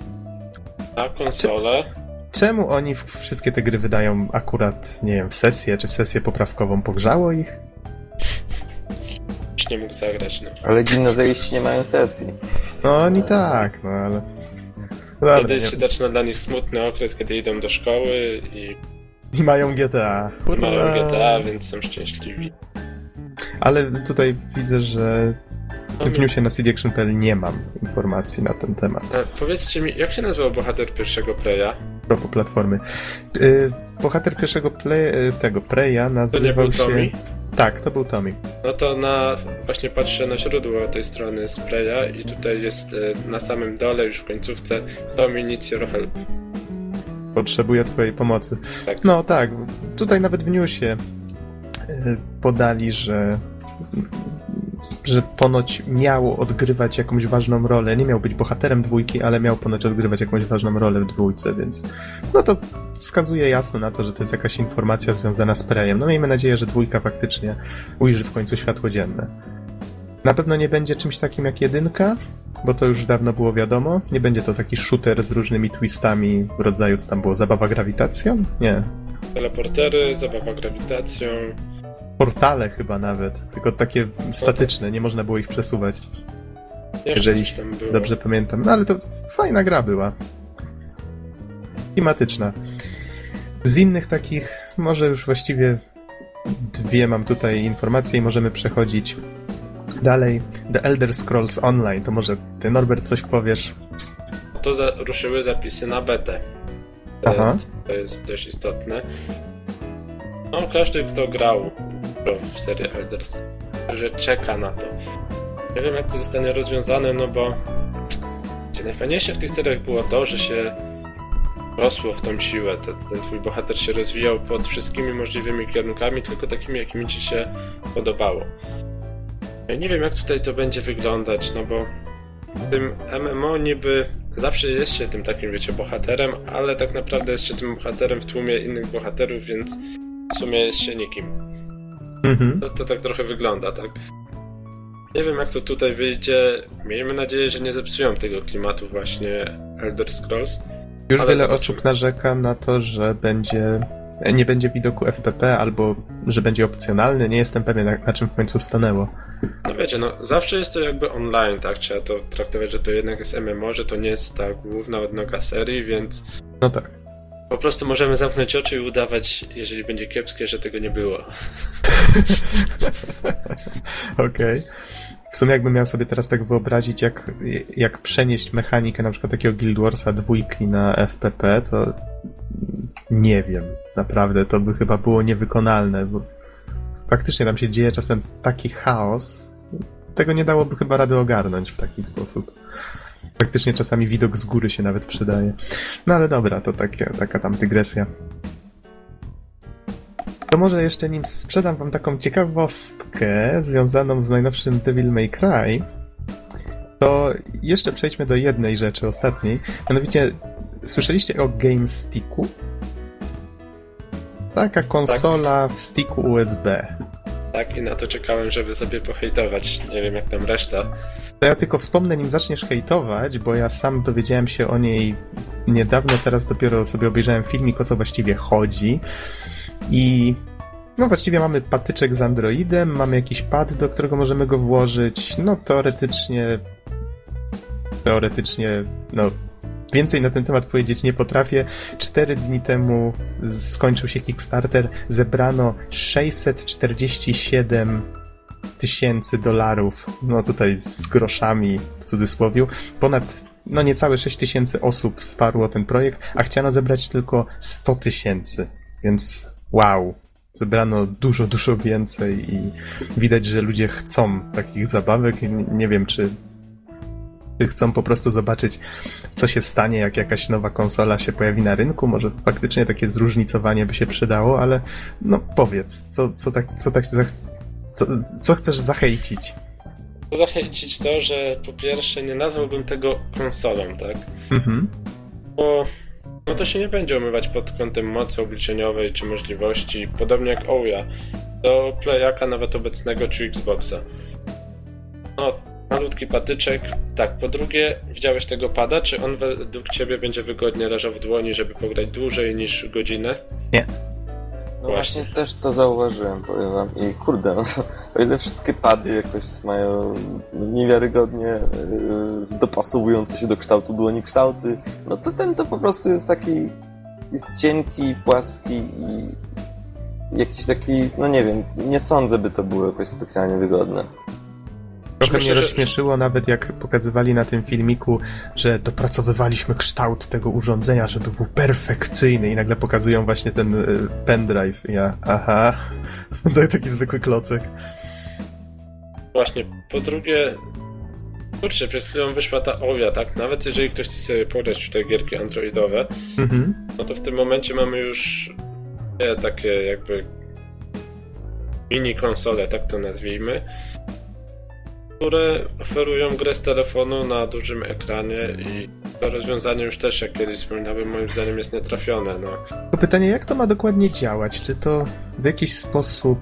Na konsolę. Czemu oni wszystkie te gry wydają akurat, nie wiem, w sesję, czy w sesję poprawkową? Pogrzało ich? Już nie mógł zagrać, no. Ale gimnazjaliści nie mają sesji. No oni tak, no ale... Wtedy się zaczyna dla nich smutny okres, kiedy idą do szkoły i... I mają G T A. Kurwa. Mają G T A, więc są szczęśliwi. Ale tutaj widzę, że w newsie na C D Action kropka p l nie mam informacji na ten temat. A powiedzcie mi, jak się nazywał bohater pierwszego Preya? Propos platformy. Yy, bohater pierwszego play, tego Preya nazywał się... Tommy? Tak, to był Tommy. No to na... właśnie patrzę na źródło tej strony z Preya i tutaj jest na samym dole, już w końcówce, Tommy needs your help. Potrzebuję twojej pomocy. Tak. No tak, tutaj nawet w newsie podali, że że ponoć miał odgrywać jakąś ważną rolę. Nie miał być bohaterem dwójki, ale miał ponoć odgrywać jakąś ważną rolę w dwójce, więc no to wskazuje jasno na to, że to jest jakaś informacja związana z Preyem. No miejmy nadzieję, że dwójka faktycznie ujrzy w końcu światło dzienne. Na pewno nie będzie czymś takim jak jedynka, bo to już dawno było wiadomo. Nie będzie to taki shooter z różnymi twistami w rodzaju, co tam było, zabawa grawitacją? Nie. Teleportery, zabawa grawitacją. Portale chyba nawet, tylko takie statyczne, nie można było ich przesuwać. Jeszcze jeżeli dobrze pamiętam. No ale to fajna gra była. Klimatyczna. Z innych takich, może już właściwie dwie mam tutaj informacje i możemy przechodzić dalej. The Elder Scrolls Online, to może ty, Norbert, coś powiesz? To za- ruszyły zapisy na betę. Aha. To jest dość istotne. No, każdy, kto grał w serię Elder że czeka na to. Nie wiem, jak to zostanie rozwiązane, no bo najfajniejsze w tych seriach było to, że się rosło w tą siłę. Ten, ten twój bohater się rozwijał pod wszystkimi możliwymi kierunkami, tylko takimi, jakimi ci się podobało. Ja nie wiem, jak tutaj to będzie wyglądać, no bo w tym M M O niby zawsze jest się tym takim, wiecie, bohaterem, ale tak naprawdę jest się tym bohaterem w tłumie innych bohaterów, więc w sumie jest się nikim. Mhm. To, to tak trochę wygląda, tak? Nie wiem, jak to tutaj wyjdzie. Miejmy nadzieję, że nie zepsują tego klimatu właśnie Elder Scrolls. Już ale wiele zobaczymy. osób narzeka na to, że będzie nie będzie widoku F P P albo że będzie opcjonalny. Nie jestem pewien, na, na czym w końcu stanęło. No wiecie, no zawsze jest to jakby online, tak? Trzeba to traktować, że to jednak jest M M O, że to nie jest ta główna odnoga serii, więc... No tak. Po prostu możemy zamknąć oczy i udawać, jeżeli będzie kiepskie, że tego nie było. Okej. Okay. W sumie jakbym miał sobie teraz tak wyobrazić, jak, jak przenieść mechanikę na przykład takiego Guild Warsa dwójki na F P P, to nie wiem. Naprawdę, to by chyba było niewykonalne, bo faktycznie tam się dzieje czasem taki chaos, tego nie dałoby chyba rady ogarnąć w taki sposób. Faktycznie czasami widok z góry się nawet przydaje. No ale dobra, to takie, taka tam dygresja. To może jeszcze nim sprzedam wam taką ciekawostkę związaną z najnowszym Devil May Cry, to jeszcze przejdźmy do jednej rzeczy, ostatniej. Mianowicie, słyszeliście o Game Sticku? Taka konsola tak. w sticku U S B. Tak, i na to czekałem, żeby sobie pohejtować. Nie wiem, jak tam reszta. To ja tylko wspomnę, nim zaczniesz hejtować, bo ja sam dowiedziałem się o niej niedawno, teraz dopiero sobie obejrzałem filmik, o co właściwie chodzi. I no właściwie mamy patyczek z Androidem, mamy jakiś pad, do którego możemy go włożyć. No teoretycznie teoretycznie, no więcej na ten temat powiedzieć nie potrafię. Cztery dni temu skończył się Kickstarter, zebrano sześćset czterdzieści siedem tysięcy dolarów, no tutaj z groszami w cudzysłowiu. Ponad, no niecałe sześć tysięcy osób wsparło ten projekt, a chciano zebrać tylko sto tysięcy, więc wow. Zebrano dużo, dużo więcej i widać, że ludzie chcą takich zabawek. Nie wiem, czy chcą po prostu zobaczyć, co się stanie, jak jakaś nowa konsola się pojawi na rynku. Może faktycznie takie zróżnicowanie by się przydało, ale no powiedz, co, co tak, co tak, co, co chcesz zahejcić? Zahejcić to, że po pierwsze nie nazwałbym tego konsolą, tak? Mhm. Bo no to się nie będzie omywać pod kątem mocy obliczeniowej czy możliwości, podobnie jak Ouya, do Playaka nawet obecnego czy Xboxa. No, malutki patyczek. Tak, po drugie, widziałeś tego pada? Czy on według ciebie będzie wygodnie leżał w dłoni, żeby pograć dłużej niż godzinę? Nie. No właśnie, właśnie też to zauważyłem, powiem wam. I kurde, no to, o ile wszystkie pady jakoś mają niewiarygodnie yy, dopasowujące się do kształtu dłoni kształty, no to ten to po prostu jest taki, jest cienki, płaski i jakiś taki, no nie wiem, nie sądzę, by to było jakoś specjalnie wygodne. Trochę mnie rozśmieszyło nawet, jak pokazywali na tym filmiku, że dopracowywaliśmy kształt tego urządzenia, żeby był perfekcyjny i nagle pokazują właśnie ten pendrive. Ja, aha, to taki zwykły klocek. Właśnie, po drugie, kurczę, przed chwilą wyszła ta Ouya, tak? Nawet jeżeli ktoś chce sobie pograć w te gierki androidowe, mhm. no to w tym momencie mamy już nie, takie jakby mini konsole, tak to nazwijmy, które oferują grę z telefonu na dużym ekranie i to rozwiązanie już też, jak kiedyś wspominałem, moim zdaniem jest nietrafione. No. To pytanie, jak to ma dokładnie działać? Czy to w jakiś sposób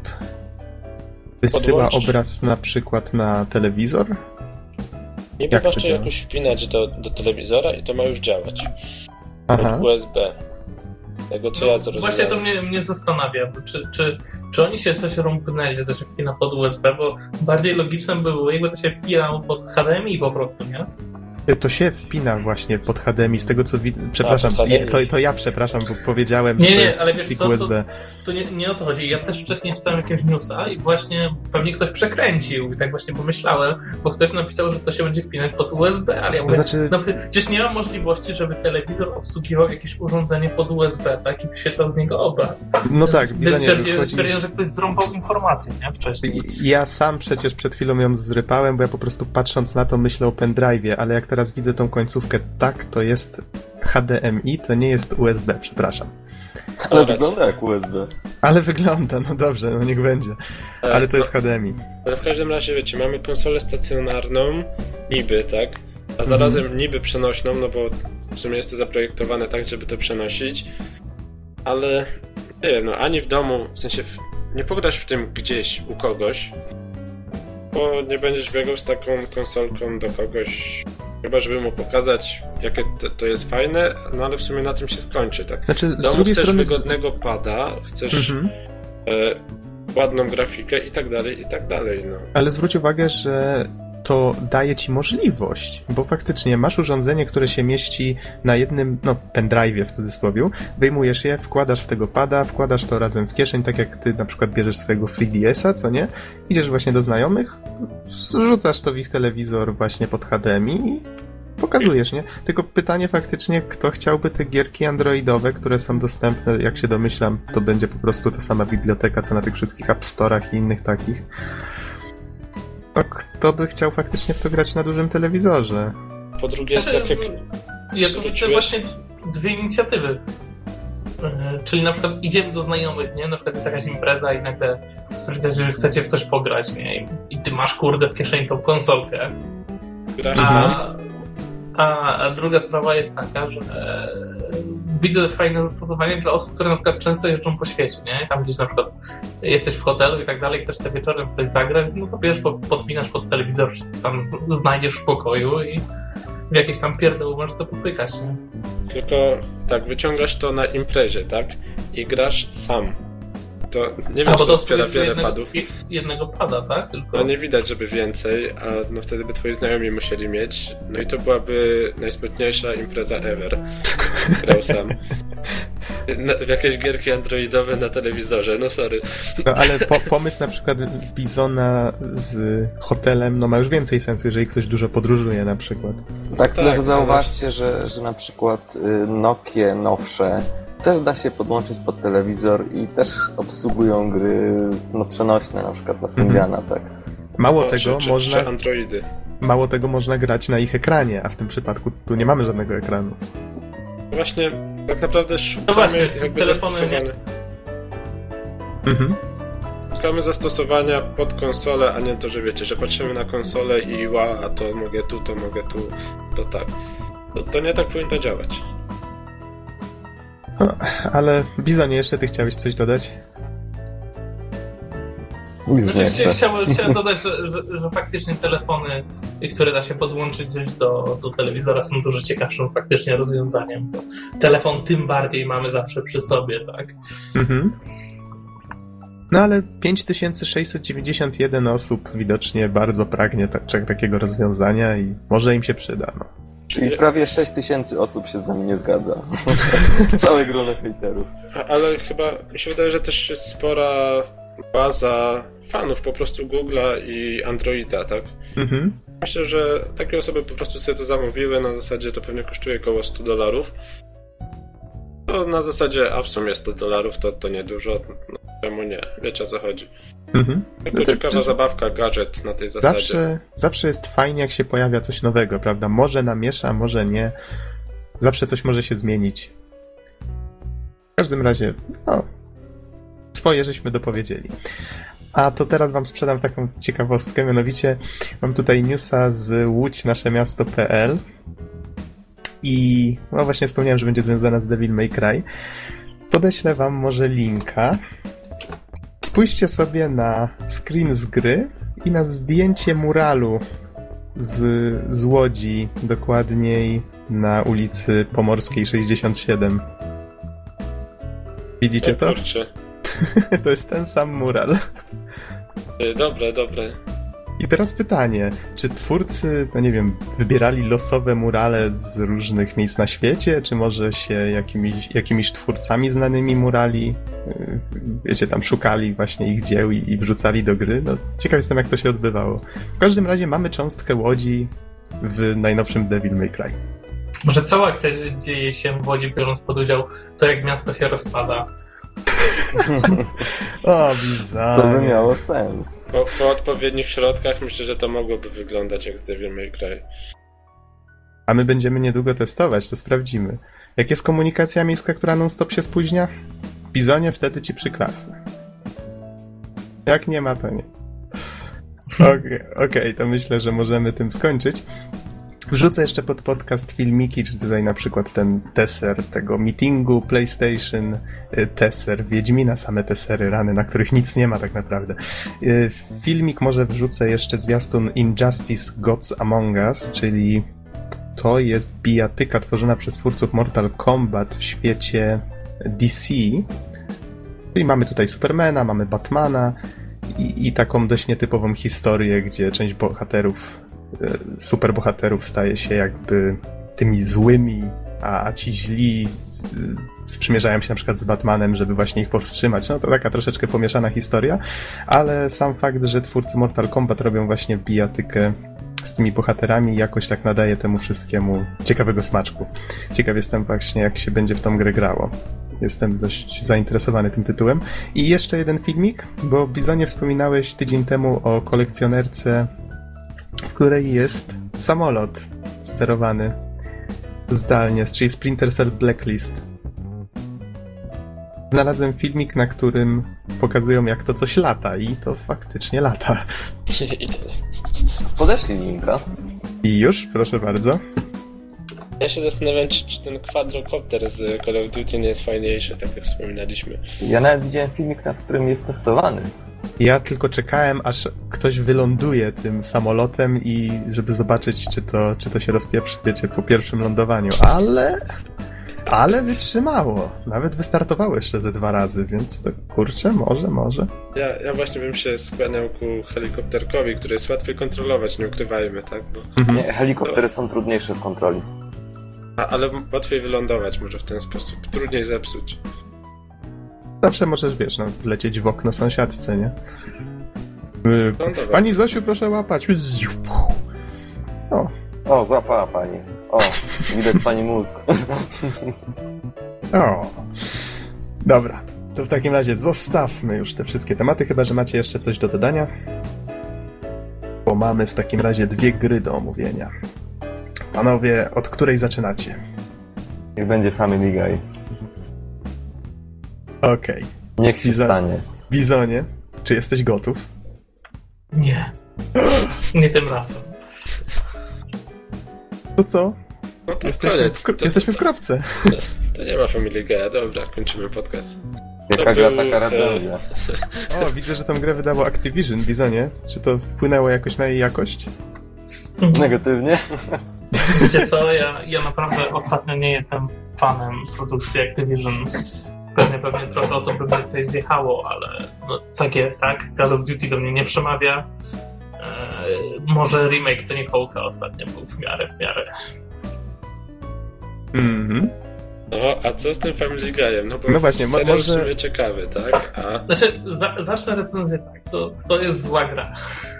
wysyła Podłączyć. obraz na przykład na telewizor? Niby masz to jakoś wpinać do, do telewizora i to ma już działać. Aha. Od U S B. Tego, co no, ja zrozumiałem. Właśnie to mnie, mnie zastanawia, czy, czy, czy oni się coś rąbnęli, że to się wpina pod U S B, bo bardziej logiczne by było, jakby to się wpinało pod H D M I po prostu, nie? To się wpina właśnie pod H D M I, z tego co widzę. Przepraszam, A, ja, to, to ja przepraszam, bo powiedziałem, nie, że to nie, jest ale wiesz stick co, U S B. To, to nie, nie o to chodzi. Ja też wcześniej czytałem jakiegoś newsa i właśnie pewnie ktoś przekręcił i tak właśnie pomyślałem, bo ktoś napisał, że to się będzie wpinać pod U S B, ale ja mówię, znaczy... no przecież nie ma możliwości, żeby telewizor obsługiwał jakieś urządzenie pod U S B, tak? I wyświetlał z niego obraz. No więc, tak. Więc stwierdziłem, chodzi... stwierdziłem, że ktoś zrąbał informację, nie? Wcześniej. Ja sam przecież przed chwilą ją zrypałem, bo ja po prostu patrząc na to myślę o pendrive'ie, ale jak teraz widzę tą końcówkę, tak, to jest H D M I, to nie jest U S B, przepraszam. Ale wygląda jak U S B. Ale wygląda, no dobrze, no niech będzie. Ale to jest H D M I. Ale w każdym razie, wiecie, mamy konsolę stacjonarną, niby, tak? A zarazem mhm. niby przenośną, no bo w sumie jest to zaprojektowane tak, żeby to przenosić. Ale nie wiem, no ani w domu, w sensie w, nie pograsz w tym gdzieś u kogoś, bo nie będziesz biegał z taką konsolką do kogoś. Chyba, żeby mu pokazać, jakie to, to jest fajne, no ale w sumie na tym się skończy, tak? Znaczy, z domu drugiej chcesz strony... wygodnego pada, chcesz mhm. e, ładną grafikę i tak dalej, i tak dalej, no. Ale zwróć uwagę, że to daje ci możliwość, bo faktycznie masz urządzenie, które się mieści na jednym, no, pendrive'ie w cudzysłowie, wyjmujesz je, wkładasz w tego pada, wkładasz to razem w kieszeń, tak jak ty na przykład bierzesz swojego trzy D S-a, co nie? Idziesz właśnie do znajomych, wrzucasz to w ich telewizor właśnie pod H D M I pokazujesz, nie? Tylko pytanie faktycznie, kto chciałby te gierki androidowe, które są dostępne, jak się domyślam, to będzie po prostu ta sama biblioteka, co na tych wszystkich App Store'ach i innych takich. To kto by chciał faktycznie w to grać na dużym telewizorze? Po drugie, znaczy, tak jak... Ja tu widzę właśnie dwie inicjatywy. Yy, czyli na przykład idziemy do znajomych, nie? Na przykład jest jakaś impreza i nagle stwierdzacie, że chcecie w coś pograć, nie? I, i ty masz, kurde, w kieszeni tą konsolkę. Grasz a, sam? a, a druga sprawa jest taka, że e, widzę fajne zastosowanie dla osób, które na przykład często jeżdżą po świecie, nie? Tam gdzieś na przykład jesteś w hotelu i tak dalej, chcesz sobie wieczorem coś zagrać, no to bierz, podpinasz pod telewizor, czy co tam z, znajdziesz w pokoju i w jakieś tam pierdoły możesz sobie popykać, nie? Tylko tak, wyciągasz to na imprezie, tak? I grasz sam. To nie wiem, a, czy bo to to wspiera wiele jednego, padów. jednego pada, tak? Tylko... No nie widać, żeby więcej, a no wtedy by twoi znajomi musieli mieć. No i to byłaby najsmutniejsza impreza ever. Grał sam. Na, w jakieś gierki androidowe na telewizorze, no sorry. No ale po, pomysł na przykład Bizona z hotelem, no ma już więcej sensu, jeżeli ktoś dużo podróżuje na przykład. Tak, tak, też zauważcie, że, że na przykład Nokie nowsze też da się podłączyć pod telewizor i też obsługują gry no, przenośne, na przykład na Symbiana, mhm. tak. Mało czy, tego, czy, można... Czy Androidy. Mało tego można grać na ich ekranie, a w tym przypadku tu nie mamy żadnego ekranu. Właśnie, tak naprawdę szukamy no właśnie, jakby zastosowania. Mhm. Szukamy zastosowania pod konsolę, a nie to, że wiecie, że patrzymy na konsolę i ła, a to mogę tu, to mogę tu, to tak. To, to nie tak powinno działać. No, ale Bizonie, jeszcze ty chciałeś coś dodać? Już nie chcę. chcę. Chciałem, chciałem dodać, że, że, że faktycznie telefony, które da się podłączyć gdzieś do, do telewizora, są dużo ciekawszym faktycznie rozwiązaniem. Bo telefon tym bardziej mamy zawsze przy sobie, tak? Mhm. No ale pięć tysięcy sześćset dziewięćdziesiąt jeden osób widocznie bardzo pragnie tak, takiego rozwiązania i może im się przyda, no. Czyli prawie sześć tysięcy osób się z nami nie zgadza. Całe grono hejterów. Ale chyba mi się wydaje, że też jest spora baza fanów po prostu Google'a i Androida, tak? Mhm. Myślę, że takie osoby po prostu sobie to zamówiły, na zasadzie to pewnie kosztuje około sto dolarów. To na zasadzie, a w sumie sto dolarów to, to niedużo, no, czemu nie? Wiecie o co chodzi. Mhm. Tylko No to, ciekawa to, zabawka, gadżet na tej zasadzie. Zawsze, zawsze jest fajnie, jak się pojawia coś nowego, prawda? Może namiesza, może nie. Zawsze coś może się zmienić. W każdym razie, no, swoje żeśmy dopowiedzieli. A to teraz wam sprzedam taką ciekawostkę, mianowicie mam tutaj newsa z łódź nasze miasto kropka pe el i no właśnie wspomniałem, że będzie związana z Devil May Cry. Podeślę wam może linka. Spójrzcie sobie na screen z gry i na zdjęcie muralu z, z Łodzi, dokładniej na ulicy Pomorskiej sześćdziesiąt siedem. Widzicie to? Kurczę. To jest ten sam mural. Dobre, dobre. I teraz pytanie, czy twórcy, no nie wiem, wybierali losowe murale z różnych miejsc na świecie, czy może się jakimiś, jakimiś twórcami znanymi murali, wiecie, tam szukali właśnie ich dzieł i, i wrzucali do gry? No, ciekaw jestem, jak to się odbywało. W każdym razie mamy cząstkę Łodzi w najnowszym Devil May Cry. Może cała akcja dzieje się w Łodzi, biorąc pod udział to, jak miasto się rozpada. O, bizarre. To by miało sens. Po, po odpowiednich środkach myślę, że to mogłoby wyglądać jak z Devil May Cry. A my będziemy niedługo testować, to sprawdzimy. Jak jest komunikacja miejska, która non-stop się spóźnia? Bizonie, wtedy ci przyklasnę. Jak nie ma, to nie. Okej, okay, okay, to myślę, że możemy tym skończyć. Wrzucę jeszcze pod podcast filmiki, czy tutaj na przykład ten teser tego meetingu PlayStation, teser Wiedźmina, same tesery, rany, na których nic nie ma tak naprawdę. Filmik może wrzucę jeszcze zwiastun Injustice Gods Among Us, czyli to jest bijatyka tworzona przez twórców Mortal Kombat w świecie D C. Czyli mamy tutaj Supermana, mamy Batmana i, i taką dość nietypową historię, gdzie część bohaterów superbohaterów staje się jakby tymi złymi, a ci źli sprzymierzają się na przykład z Batmanem, żeby właśnie ich powstrzymać. No to taka troszeczkę pomieszana historia, ale sam fakt, że twórcy Mortal Kombat robią właśnie bijatykę z tymi bohaterami jakoś tak nadaje temu wszystkiemu ciekawego smaczku. Ciekaw jestem właśnie, jak się będzie w tą grę grało. Jestem dość zainteresowany tym tytułem. I jeszcze jeden filmik, bo Bizonie wspominałeś tydzień temu o kolekcjonerce, w której jest samolot sterowany zdalnie, czyli Splinter Cell Blacklist. Znalazłem filmik, na którym pokazują, jak to coś lata i to faktycznie lata. Podeślij linka. I już, proszę bardzo. Ja się zastanawiam, czy, czy ten quadrocopter z Call of Duty nie jest fajniejszy, tak jak wspominaliśmy. Ja nawet widziałem filmik, na którym jest testowany. Ja tylko czekałem, aż ktoś wyląduje tym samolotem i żeby zobaczyć, czy to, czy to się rozpieprzy, wiecie, po pierwszym lądowaniu, ale... Ale wytrzymało. Nawet wystartowało jeszcze ze dwa razy, więc to kurczę, może, może. Ja, ja właśnie bym się skłaniał ku helikopterkowi, który jest łatwiej kontrolować, nie ukrywajmy, tak? Bo... Mhm. Nie, helikoptery to... są trudniejsze w kontroli. A, ale łatwiej wylądować może w ten sposób. Trudniej zepsuć. Zawsze możesz, wiesz, no, lecieć w okno sąsiadce, nie? Pani Zosiu, proszę łapać. O, o złapała pani. O, widać pani mózg. O, dobra. To w takim razie zostawmy już te wszystkie tematy, chyba że macie jeszcze coś do dodania. Bo mamy w takim razie dwie gry do omówienia. Panowie, od której zaczynacie? Niech będzie Family Guy. Okej. Okay. Niech się Bizo- stanie. Bizonie, czy jesteś gotów? Nie. Nie tym razem. To co? No to jesteśmy koniec. W, kro- to, jesteśmy to, w kropce. To, to nie ma Family Guy'a. Dobra, kończymy podcast. Jaka gra, taka recenzja. O, widzę, że tą grę wydało Activision, Bizonie. Czy to wpłynęło jakoś na jej jakość? Negatywnie? Wiecie co, ja, ja naprawdę ostatnio nie jestem fanem produkcji Activision. Pewnie, pewnie trochę osób by mnie tutaj zjechało, ale no, tak jest, tak? Call of Duty do mnie nie przemawia. Eee, może remake Tony Hawk'a ostatnio był w miarę, w miarę. Mhm. No, a co z tym Family Guy'em? No bo no właśnie, serial może... w sumie ciekawy, tak? A... Znaczy, za, zacznę recenzję tak, to, to jest zła gra.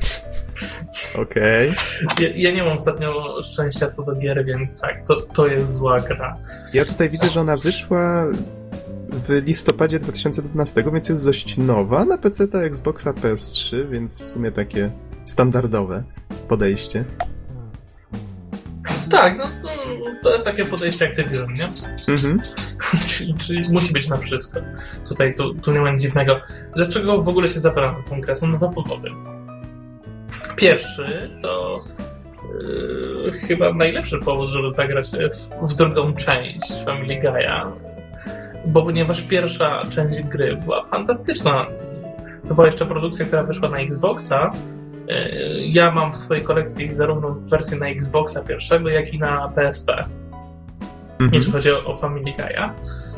Okej. Okay. Ja, ja nie mam ostatnio szczęścia co do gier, więc tak, to, to jest zła gra. Ja tutaj widzę, że ona wyszła w listopadzie dwa tysiące dwunastego, więc jest dość nowa. Na peceta, Xboxa, P S trzy, więc w sumie takie standardowe podejście. Tak, no to, to jest takie podejście Activision, nie? Mhm. czyli, czyli musi być na wszystko. Tutaj tu, tu nie ma nic dziwnego. Dlaczego w ogóle się zabieram za tą grę? Są dwa powody. Pierwszy to yy, chyba najlepszy powód, żeby zagrać w, w drugą część Family Guy'a, bo ponieważ pierwsza część gry była fantastyczna. To była jeszcze produkcja, która wyszła na Xboxa. Yy, ja mam w swojej kolekcji zarówno wersję na Xboxa pierwszego, jak i na P S P. Mhm. Jeśli chodzi o, o Family Guy'a.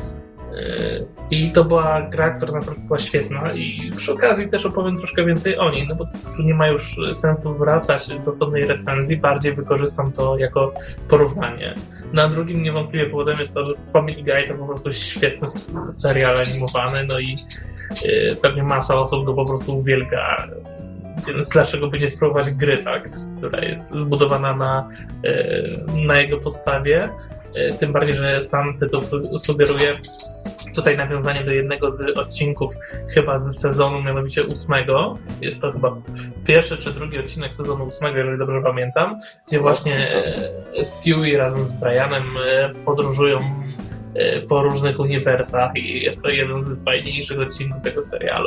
I to była gra, która naprawdę była świetna i przy okazji też opowiem troszkę więcej o niej, no bo tu nie ma już sensu wracać do osobnej recenzji, bardziej wykorzystam to jako porównanie. Na drugim niewątpliwie powodem jest to, że Family Guy to po prostu świetny serial animowany, no i yy, pewnie masa osób go po prostu uwielbia, więc dlaczego by nie spróbować gry, tak, która jest zbudowana na, yy, na jego podstawie, yy, tym bardziej, że sam tytuł sugeruje tutaj nawiązanie do jednego z odcinków chyba z sezonu, mianowicie ósmego. Jest to chyba pierwszy czy drugi odcinek sezonu ósmego, jeżeli dobrze pamiętam, gdzie właśnie Stewie razem z Brianem podróżują po różnych uniwersach i jest to jeden z fajniejszych odcinków tego serialu.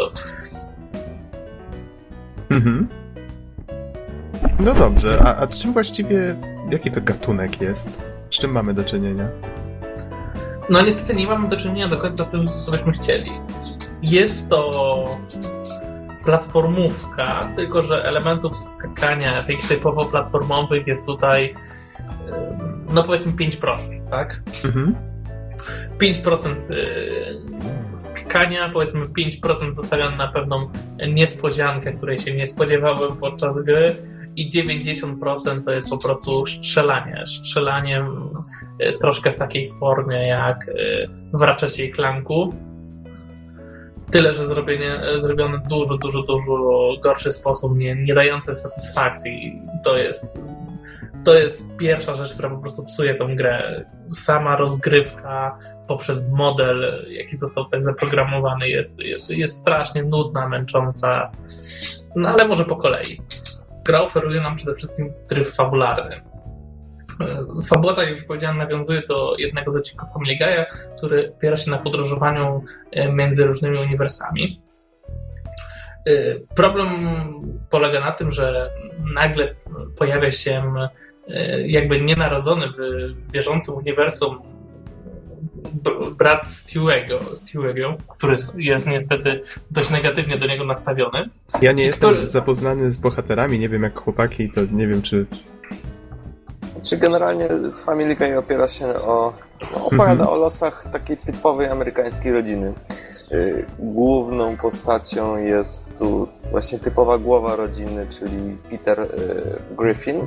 Mhm. No dobrze, a, a czym właściwie, jaki to gatunek jest? Z czym mamy do czynienia? No niestety nie mamy do czynienia do końca z tym, co byśmy chcieli. Jest to platformówka, tylko że elementów skakania tych typowo platformowych jest tutaj no powiedzmy pięć procent, tak? Mhm. pięć procent skakania, powiedzmy pięć procent zostawiam na pewną niespodziankę, której się nie spodziewałem podczas gry. I dziewięćdziesiąt procent to jest po prostu strzelanie. Strzelanie troszkę w takiej formie jak w Ratchetie i Clanku. Tyle, że zrobienie, zrobione dużo, dużo, dużo gorszy sposób, nie, nie dające satysfakcji. To jest, to jest pierwsza rzecz, która po prostu psuje tą grę. Sama rozgrywka poprzez model, jaki został tak zaprogramowany, jest, jest, jest strasznie nudna, męcząca. No ale może po kolei. Gra oferuje nam przede wszystkim tryb fabularny. Fabuła, tak jak już powiedziałem, nawiązuje do jednego z odcinków Family Guy'a, który opiera się na podróżowaniu między różnymi uniwersami. Problem polega na tym, że nagle pojawia się jakby nienarodzony w bieżącym uniwersum brat Stewie'ego, Stewie'ego, który jest niestety dość negatywnie do niego nastawiony. Ja nie jestem który... zapoznany z bohaterami, nie wiem jak chłopaki, to nie wiem czy... Czy generalnie Family Guy opiera się o... opowiada mm-hmm. o losach takiej typowej amerykańskiej rodziny. Główną postacią jest tu właśnie typowa głowa rodziny, czyli Peter Griffin.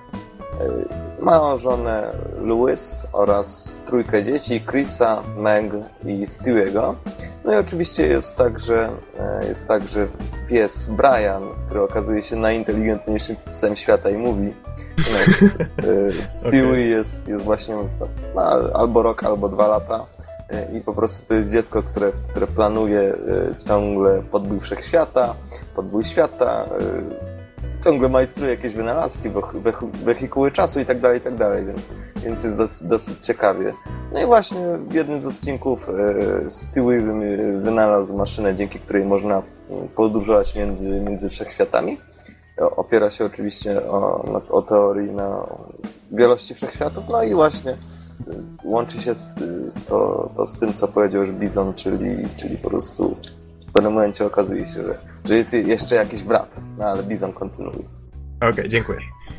Ma żonę Louis oraz trójkę dzieci, Chrisa, Meg i Stewie'ego. No i oczywiście jest także, jest także pies Brian, który okazuje się najinteligentniejszym psem świata i mówi. Natomiast Stewie okay. jest, jest właśnie ma albo rok, albo dwa lata i po prostu to jest dziecko, które, które planuje ciągle podbój wszechświata, podbój świata, ciągle majstruje jakieś wynalazki, wehikuły czasu i tak dalej, i tak dalej, więc, więc jest dosyć, dosyć ciekawie. No i właśnie w jednym z odcinków Stewie wynalazł maszynę, dzięki której można podróżować między, między wszechświatami. Opiera się oczywiście o, o teorii na wielości wszechświatów, no i właśnie łączy się z, to, to z tym, co powiedział już Bizon, czyli, czyli po prostu w pewnym momencie okazuje się, że, że jest jeszcze jakiś brat, no ale Bizon kontynuuje. Okej, okay, dziękuję.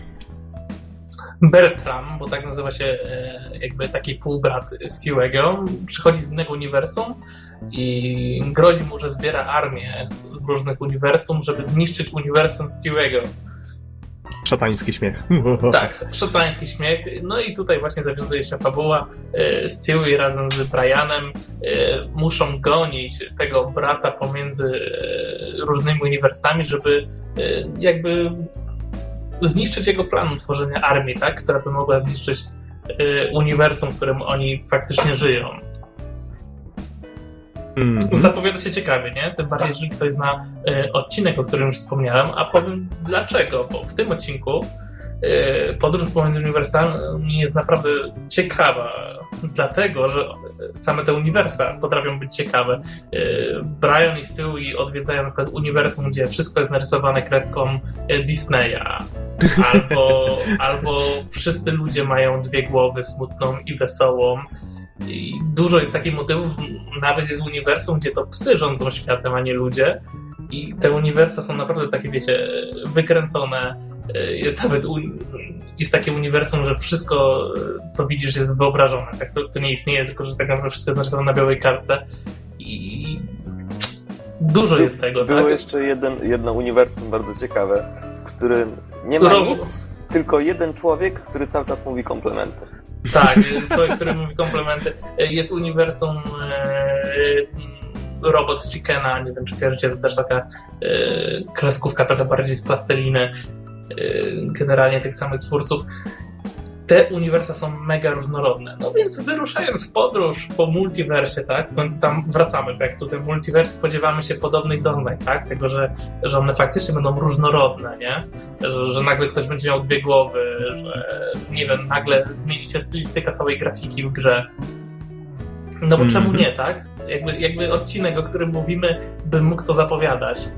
Bertram, bo tak nazywa się jakby taki półbrat Stewie'ego, przychodzi z innego uniwersum i grozi mu, że zbiera armię z różnych uniwersum, żeby zniszczyć uniwersum Stewie'ego. Szatański śmiech. Tak, szatański śmiech. No i tutaj właśnie zawiązuje się fabuła. Stewie razem z Brianem muszą gonić tego brata pomiędzy różnymi uniwersami, żeby jakby zniszczyć jego plan tworzenia armii, tak? Która by mogła zniszczyć uniwersum, w którym oni faktycznie żyją. Mm-hmm. Zapowiada się ciekawie, nie? Tym bardziej, jeżeli ktoś zna y, odcinek, o którym już wspomniałem, a powiem dlaczego, bo w tym odcinku y, podróż pomiędzy uniwersami jest naprawdę ciekawa, dlatego, że same te uniwersa potrafią być ciekawe. Y, Brian i Stewie odwiedzają na przykład uniwersum, gdzie wszystko jest narysowane kreską Disneya, albo, albo wszyscy ludzie mają dwie głowy, smutną i wesołą. I dużo jest takich motywów, nawet jest uniwersum, gdzie to psy rządzą światem, a nie ludzie. I te uniwersa są naprawdę takie, wiecie, wykręcone. Jest nawet jest takie uniwersum, że wszystko, co widzisz, jest wyobrażone. Tak, to, to nie istnieje, tylko że tak naprawdę wszystko jest narysowane na białej kartce. I dużo jest tego. Było tak? jeszcze jeden, jedno uniwersum bardzo ciekawe, w którym nie ma Robo. nic, tylko jeden człowiek, który cały czas mówi komplementy. Tak, człowiek, który mówi komplementy. Jest uniwersum e, Robot z Chickena, nie wiem czy kojarzycie, to też taka e, kreskówka trochę bardziej z plasteliny, e, generalnie tych samych twórców. Te uniwersa są mega różnorodne. No więc wyruszając w podróż po multiversie, tak, w końcu tam wracamy back to the multiverse, spodziewamy się podobnych doznań, tak, tego, że, że one faktycznie będą różnorodne, nie? Że, że nagle ktoś będzie miał dwie głowy, że nie wiem, nagle zmieni się stylistyka całej grafiki w grze. No bo mm-hmm. czemu nie, tak? Jakby, jakby odcinek, o którym mówimy, by mógł to zapowiadać.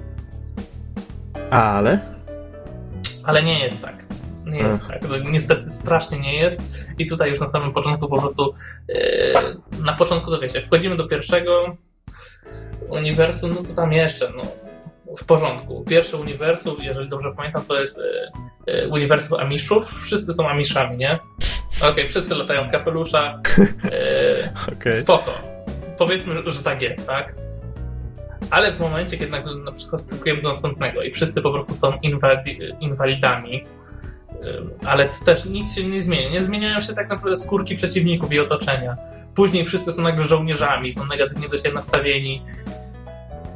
Ale? Ale nie jest tak. Nie jest Ach. tak. Niestety strasznie nie jest. I tutaj już na samym początku po prostu yy, na początku to wiecie, wchodzimy do pierwszego uniwersum, no to tam jeszcze no, w porządku. Pierwsze uniwersum, jeżeli dobrze pamiętam, to jest yy, yy, uniwersum Amishów. Wszyscy są Amishami, nie? Okej, okay, wszyscy latają w kapeluszach. Yy, okay. Spoko. Powiedzmy, że tak jest, tak? Ale w momencie, kiedy na przykład skakujemy do następnego i wszyscy po prostu są inwali- inwalidami, ale też nic się nie zmienia. Nie zmieniają się tak naprawdę skórki przeciwników i otoczenia. Później wszyscy są nagle żołnierzami, są negatywnie do siebie nastawieni.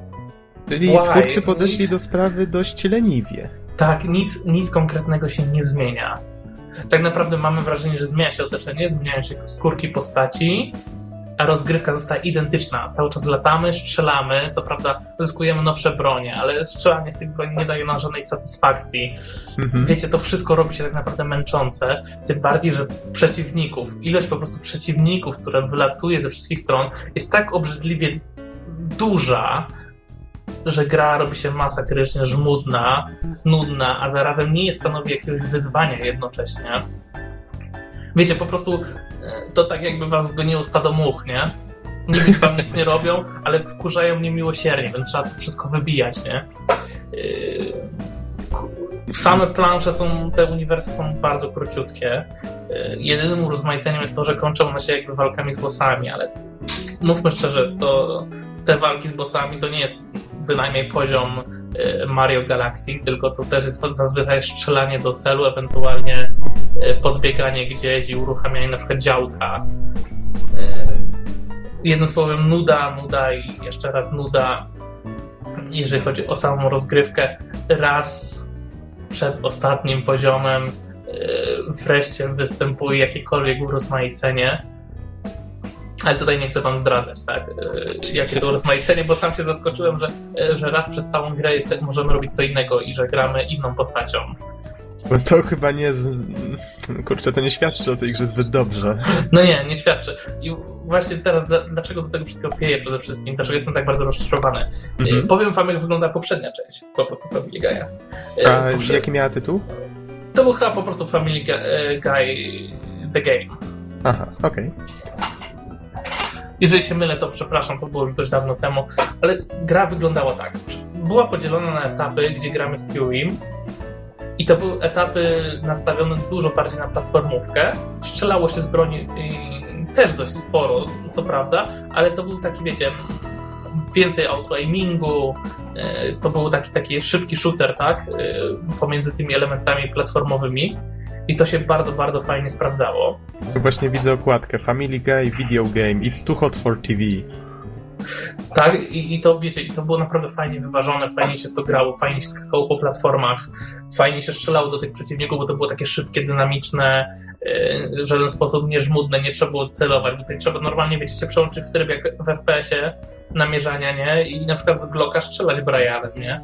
Czyli Why? twórcy podeszli nic... do sprawy dość leniwie. Tak, nic, nic konkretnego się nie zmienia. Tak naprawdę mamy wrażenie, że zmienia się otoczenie, zmieniają się skórki postaci, a rozgrywka zostaje identyczna. Cały czas latamy, strzelamy, co prawda zyskujemy nowsze bronie, ale strzelanie z tych broni nie daje nam żadnej satysfakcji. Mhm. Wiecie, to wszystko robi się tak naprawdę męczące, tym bardziej, że przeciwników, ilość po prostu przeciwników, które wylatuje ze wszystkich stron, jest tak obrzydliwie duża, że gra robi się masakrycznie żmudna, nudna, a zarazem nie stanowi jakiegoś wyzwania jednocześnie. Wiecie, po prostu to tak jakby was zgoniło stado much, nie? Niby wam nic nie robią, ale wkurzają mnie miłosiernie, więc trzeba to wszystko wybijać, nie? Same plansze są, te uniwersy są bardzo króciutkie. Jedynym urozmaiceniem jest to, że kończą one się jakby walkami z bossami, ale mówmy szczerze, to te walki z bossami to nie jest bynajmniej poziom Mario Galaxy, tylko to też jest zazwyczaj strzelanie do celu, ewentualnie podbieganie gdzieś i uruchamianie na przykład działka. Jednym słowem nuda, nuda i jeszcze raz nuda, jeżeli chodzi o samą rozgrywkę. Raz przed ostatnim poziomem wreszcie występuje jakiekolwiek urozmaicenie. Ale tutaj nie chcę wam zdradzać, tak, jakie to rozmaicenie, bo sam się zaskoczyłem, że, że raz przez całą grę jest, możemy robić co innego i że gramy inną postacią. Bo to chyba nie... Z... Kurczę, to nie świadczy o tej grze zbyt dobrze. No nie, nie świadczy. I właśnie teraz, dlaczego do tego wszystkiego pieję przede wszystkim? Dlaczego jestem tak bardzo rozczarowany? Mhm. Powiem wam, jak wygląda poprzednia część, po prostu Family Guy'a. A Poprzed... jaki miała tytuł? To był chyba po prostu Family Guy The Game. Aha, okej. Okay. Jeżeli się mylę, to przepraszam, to było już dość dawno temu, ale gra wyglądała tak. Była podzielona na etapy, gdzie gramy z Stewiem i to były etapy nastawione dużo bardziej na platformówkę. Strzelało się z broni też dość sporo, co prawda, ale to był taki, wiecie, więcej auto-aimingu, to był taki, taki szybki shooter, tak, pomiędzy tymi elementami platformowymi. I to się bardzo, bardzo fajnie sprawdzało. Właśnie widzę okładkę. Family Guy Video Game. It's too hot for T V. Tak, i, i to wiecie, i to było naprawdę fajnie wyważone, fajnie się w to grało, fajnie się skakało po platformach, fajnie się strzelało do tych przeciwników, bo to było takie szybkie, dynamiczne, yy, w żaden sposób nie żmudne, nie trzeba było celować, bo tutaj trzeba normalnie, wiecie, się przełączyć w tryb jak w F P S-ie namierzania, nie? I na przykład z Glocka strzelać Brianem, nie?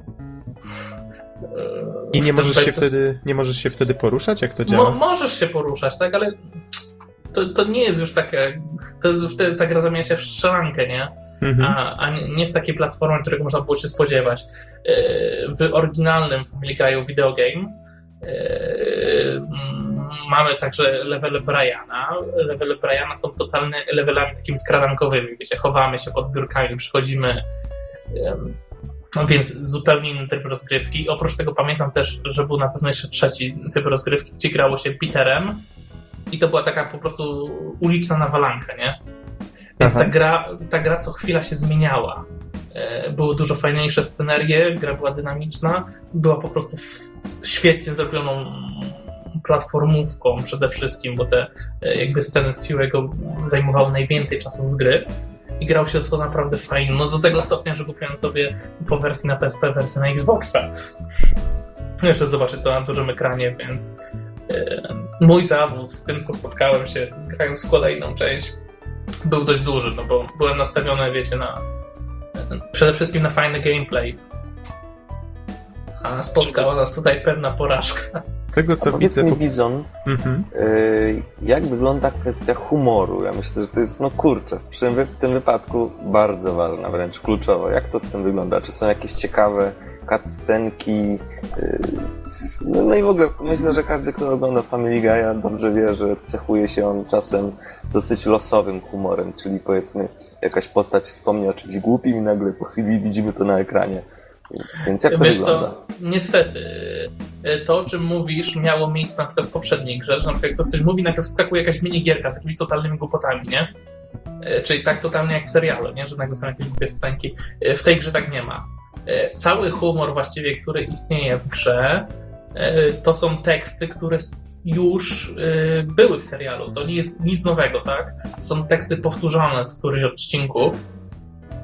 I nie możesz, się wtedy, nie możesz się wtedy poruszać? Jak to działa? Mo- możesz się poruszać, tak, ale to, to nie jest już takie... To jest już wtedy ta gra zamienia się w strzelankę, nie? Mhm. A, a nie w takiej platformie, którego można było się spodziewać. W oryginalnym Family Guy'u Video Game mamy także levele Briana. Levele Briana są totalnymi levelami takimi skradankowymi, wiecie, chowamy się pod biurkami, przychodzimy... No więc zupełnie inny typ rozgrywki. Oprócz tego pamiętam też, że był na pewno jeszcze trzeci typ rozgrywki, gdzie grało się Peterem i to była taka po prostu uliczna nawalanka, nie? Więc ta gra, ta gra co chwila się zmieniała. Były dużo fajniejsze scenerie, gra była dynamiczna, była po prostu świetnie zrobioną platformówką przede wszystkim, bo te jakby sceny Stewie'ego zajmowały najwięcej czasu z gry. I grał się w to naprawdę fajnie. No do tego stopnia, że kupiłem sobie po wersji na P S P, wersję na Xboxa. Jeszcze zobaczyć to na dużym ekranie, więc yy, mój zawód z tym, co spotkałem się grając w kolejną część, był dość duży, no bo byłem nastawiony, wiecie, na przede wszystkim na fajny gameplay. A spotkała nas tutaj pewna porażka. Tego, co A powiedz widzę... mi, Bizon, mhm. y- jak wygląda kwestia humoru? Ja myślę, że to jest, no kurczę, przy wy- tym wypadku bardzo ważna, wręcz kluczowa. Jak to z tym wygląda? Czy są jakieś ciekawe cutscenki? Y- no, no i w ogóle myślę, że każdy, kto ogląda Family Guy'a, dobrze wie, że cechuje się on czasem dosyć losowym humorem, czyli powiedzmy jakaś postać wspomni o czymś głupim i nagle po chwili widzimy to na ekranie. Więc, więc jak to Wiesz wygląda? Co, niestety, to o czym mówisz miało miejsce na przykład w poprzedniej grze, że na przykład jak ktoś coś mówi, najpierw wskakuje jakaś minigierka z jakimiś totalnymi głupotami, nie? Czyli tak totalnie jak w serialu, nie? Że nagle są jakieś głupie scenki. W tej grze tak nie ma. Cały humor właściwie, który istnieje w grze, to są teksty, które już były w serialu. To nie jest nic nowego, tak? Są teksty powtórzone z którychś odcinków.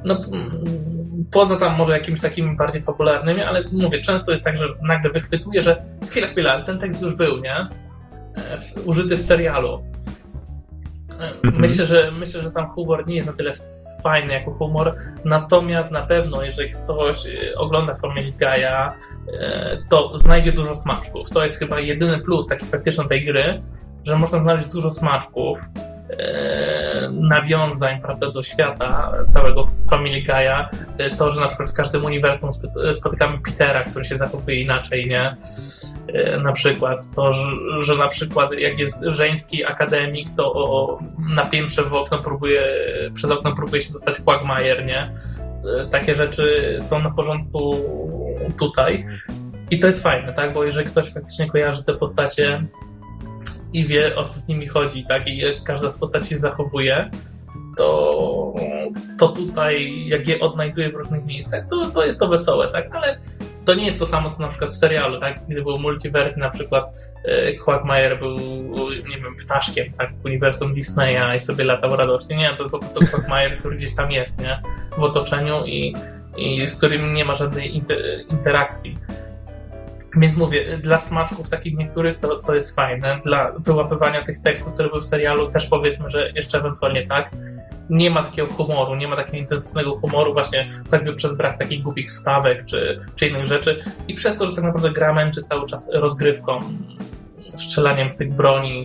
no poza tam może jakimiś takimi bardziej fabularnymi, ale mówię, często jest tak, że nagle wychwytuje, że chwila, chwila, ten tekst już był, nie? Użyty w serialu. Mhm. Myślę, że myślę, że sam humor nie jest na tyle fajny jako humor, natomiast na pewno, jeżeli ktoś ogląda Family Guy'a, to znajdzie dużo smaczków. To jest chyba jedyny plus taki faktyczny tej gry, że można znaleźć dużo smaczków, nawiązań, prawda, do świata całego Family Guy'a. To, że na przykład w każdym uniwersum spotykamy Petera, który się zachowuje inaczej, nie? Na przykład to, że, że na przykład jak jest żeński akademik, to o, na piętrze w okno próbuje, przez okno próbuje się dostać Quagmire, nie? Takie rzeczy są na porządku tutaj i to jest fajne, tak? Bo jeżeli ktoś faktycznie kojarzy te postacie i wie, o co z nimi chodzi, tak? I jak każda z postaci się zachowuje, to, to tutaj, jak je odnajduje w różnych miejscach, to, to jest to wesołe, tak? Ale to nie jest to samo, co na przykład w serialu, tak? Gdy był multiversy, na przykład e, Quagmire był, nie wiem, ptaszkiem, tak? W uniwersum Disneya i sobie latał radośnie. Nie, to jest po prostu Quagmire, który gdzieś tam jest, nie? W otoczeniu i, i z którym nie ma żadnej inter, interakcji. Więc mówię, dla smaczków takich niektórych to, to jest fajne. Dla wyłapywania tych tekstów, które były w serialu, też powiedzmy, że jeszcze ewentualnie tak. Nie ma takiego humoru, nie ma takiego intensywnego humoru właśnie choćby przez brak takich głupich wstawek czy, czy innych rzeczy. I przez to, że tak naprawdę gra męczy cały czas rozgrywką, strzelaniem z tych broni,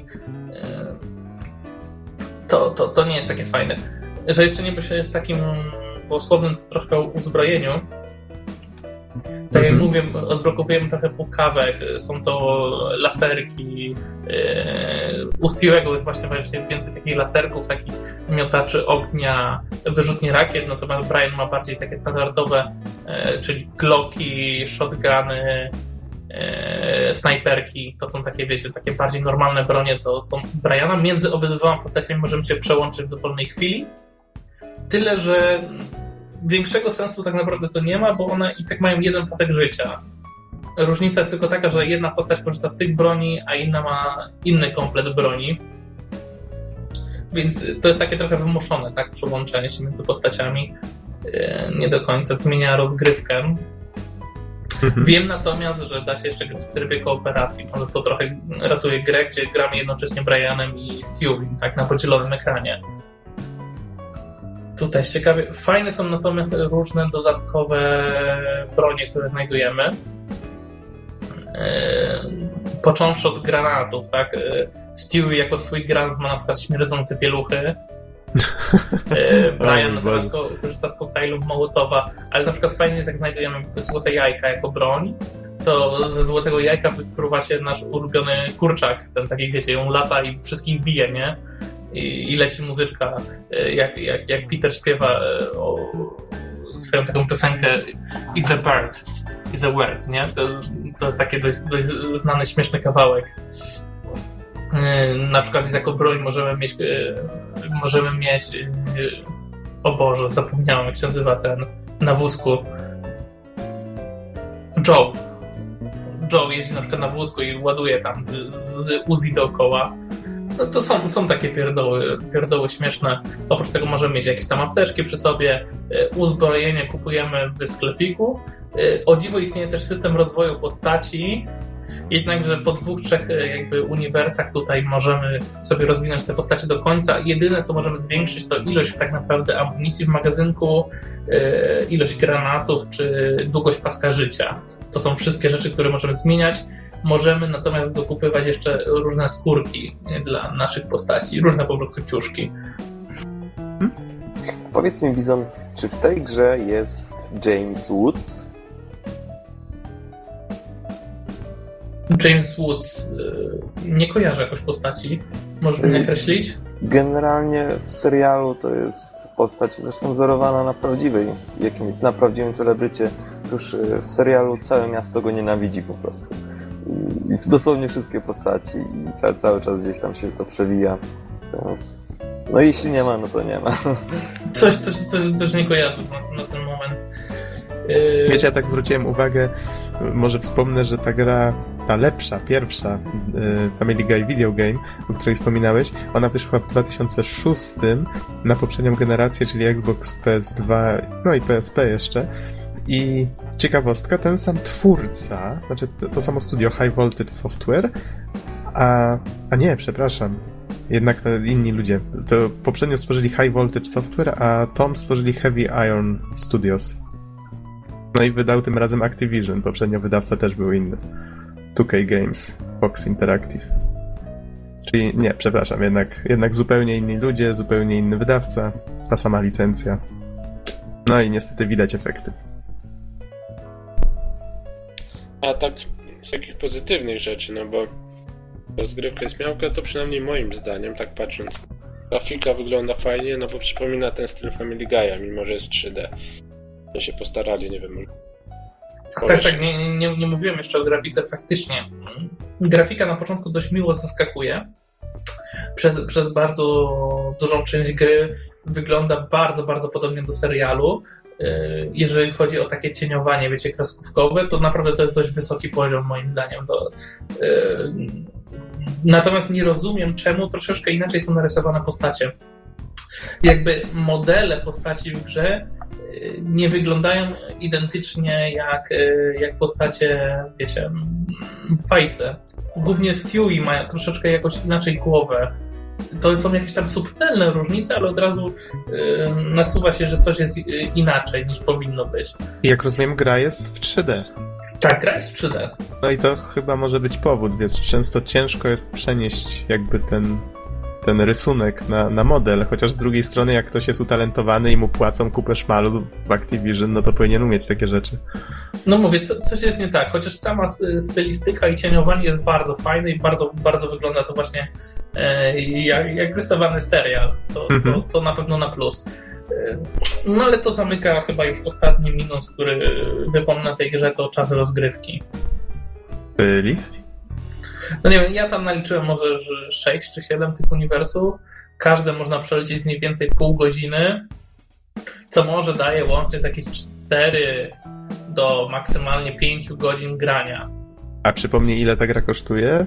to, to, to nie jest takie fajne. Że jeszcze nie myślę takim głosłownym to trochę o uzbrojeniu. Tak jak mówię, odblokowujemy trochę pukawek, są to laserki, yy, u Stewiego jest właśnie, właśnie więcej takich laserków, takich miotaczy ognia, wyrzutni rakiet, natomiast Brian ma bardziej takie standardowe, yy, czyli glocki, shotguny, yy, snajperki, to są takie, wiecie, takie bardziej normalne bronie, to są Briana. Między obydwoma postaciami możemy się przełączyć w dowolnej chwili, tyle że większego sensu tak naprawdę to nie ma, bo one i tak mają jeden pasek życia. Różnica jest tylko taka, że jedna postać korzysta z tych broni, a inna ma inny komplet broni. Więc to jest takie trochę wymuszone, tak? Przełączenie się między postaciami nie do końca zmienia rozgrywkę. Wiem natomiast, że da się jeszcze grać w trybie kooperacji. Może to trochę ratuje grę, gdzie gramy jednocześnie Brianem i Stewiem, tak? Na podzielonym ekranie. Tutaj jest ciekawie. Fajne są natomiast różne dodatkowe bronie, które znajdujemy. Począwszy od granatów, tak? Stewie jako swój granat ma na przykład śmierdzące pieluchy. Brian natomiast korzysta z koktajlów Mołotowa, ale na przykład fajnie jest, jak znajdujemy złote jajka jako broń, to ze złotego jajka wypruwa się nasz ulubiony kurczak, ten taki, wiecie, on lata i wszystkich bije, nie? I, i leci muzyczka, jak, jak, jak Peter śpiewa o swoją taką piosenkę It's a bird, it's a word, nie? To, to jest taki dość, dość znany, śmieszny kawałek. Na przykład jako broń możemy mieć możemy mieć o Boże, zapomniałem, jak się nazywa ten na wózku Joe Joe jeździ na przykład na wózku i ładuje tam z, z Uzi dookoła. No to są, są takie pierdoły, pierdoły śmieszne. Oprócz tego możemy mieć jakieś tam apteczki przy sobie, uzbrojenie kupujemy w sklepiku. O dziwo istnieje też system rozwoju postaci, jednakże po dwóch, trzech jakby uniwersach tutaj możemy sobie rozwinąć te postacie do końca. Jedyne, co możemy zwiększyć, to ilość tak naprawdę amunicji w magazynku, ilość granatów czy długość paska życia. To są wszystkie rzeczy, które możemy zmieniać. Możemy natomiast dokupywać jeszcze różne skórki dla naszych postaci, różne po prostu ciuszki. Hmm? Powiedz mi, Bizon, czy w tej grze jest James Woods? James Woods nie kojarzę jakoś postaci. Możesz mnie nakreślić? Generalnie w serialu to jest postać zresztą wzorowana na prawdziwej, jakim, na prawdziwym celebrycie. Już w serialu całe miasto go nienawidzi po prostu. I dosłownie wszystkie postaci i cały, cały czas gdzieś tam się to przewija. To jest... No jeśli nie ma, no to nie ma. Coś, coś, coś, coś nie kojarzę na, na ten moment. Wiecie, ja tak zwróciłem uwagę, może wspomnę, że ta gra ta lepsza, pierwsza y, Family Guy Video Game, o której wspominałeś, ona wyszła w dwa tysiące szóstym na poprzednią generację, czyli Xbox P S dwa, no i P S P jeszcze. I ciekawostka, ten sam twórca, znaczy to, to samo studio High Voltage Software, a, a nie, przepraszam, jednak to inni ludzie. To poprzednio stworzyli High Voltage Software, a Tom stworzyli Heavy Iron Studios. No i wydał tym razem Activision, poprzednio wydawca też był inny. two K Games, Fox Interactive. Czyli nie, przepraszam, jednak, jednak zupełnie inni ludzie, zupełnie inny wydawca, ta sama licencja. No i niestety widać efekty. A tak z takich pozytywnych rzeczy, no bo rozgrywka jest miałka, to przynajmniej moim zdaniem, tak patrząc, grafika wygląda fajnie, no bo przypomina ten styl Family Guy'a, mimo że jest w trzy D. To się postarali, nie wiem, może... Tak, tak, nie, nie, nie mówiłem jeszcze o grafice, faktycznie. Grafika na początku dość miło zaskakuje. Przez, przez bardzo dużą część gry wygląda bardzo, bardzo podobnie do serialu. Jeżeli chodzi o takie cieniowanie, wiecie, kreskówkowe, to naprawdę to jest dość wysoki poziom, moim zdaniem. To, yy... Natomiast nie rozumiem, czemu troszeczkę inaczej są narysowane postacie. Jakby modele postaci w grze nie wyglądają identycznie jak, jak postacie, wiecie, w bajce. Głównie Stewie ma troszeczkę jakoś inaczej głowę. To są jakieś tam subtelne różnice, ale od razu yy, nasuwa się, że coś jest inaczej niż powinno być. I jak rozumiem, gra jest w trzy D. Tak, gra jest w trzy D. No i to chyba może być powód, więc często ciężko jest przenieść jakby ten, ten rysunek na, na model, chociaż z drugiej strony jak ktoś jest utalentowany i mu płacą kupę szmalu w Activision, no to powinien umieć takie rzeczy. No mówię, co, coś jest nie tak, chociaż sama stylistyka i cieniowanie jest bardzo fajne i bardzo, bardzo wygląda to właśnie e, jak, jak rysowany serial, to, mm-hmm. to, to na pewno na plus. E, no ale to zamyka chyba już ostatni minus, który wypomnę tej grze, to czas rozgrywki. Byli? No nie wiem, ja tam naliczyłem może że sześć czy siedem tych uniwersów. Każde można przelecieć mniej więcej pół godziny, co może daje łącznie z jakieś cztery do maksymalnie pięć godzin grania. A przypomnij, ile ta gra kosztuje?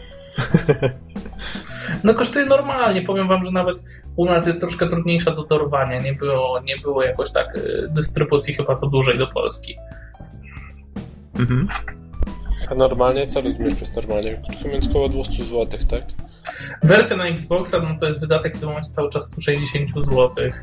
No kosztuje normalnie. Powiem wam, że nawet u nas jest troszkę trudniejsza do dorwania. Nie było, nie było jakoś tak dystrybucji chyba za dużej do Polski. Mhm. A normalnie? Co rozumiesz przez normalnie? Krótko mówiąc koło dwieście złotych, tak? Wersja na Xboxa, no to jest wydatek w tym momencie cały czas sto sześćdziesiąt złotych.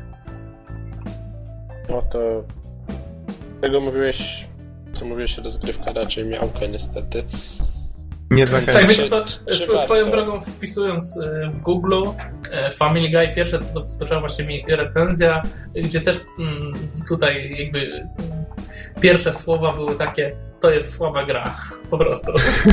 No to... Tego mówiłeś... Co mówiłeś, rozgrywka raczej miałka niestety. Nie zachęcam. Tak, wiecie co, swoją drogą wpisując w Google Family Guy, pierwsze co to wyskoczyła właśnie mi recenzja, gdzie też tutaj jakby pierwsze słowa były takie: to jest słaba gra, po prostu.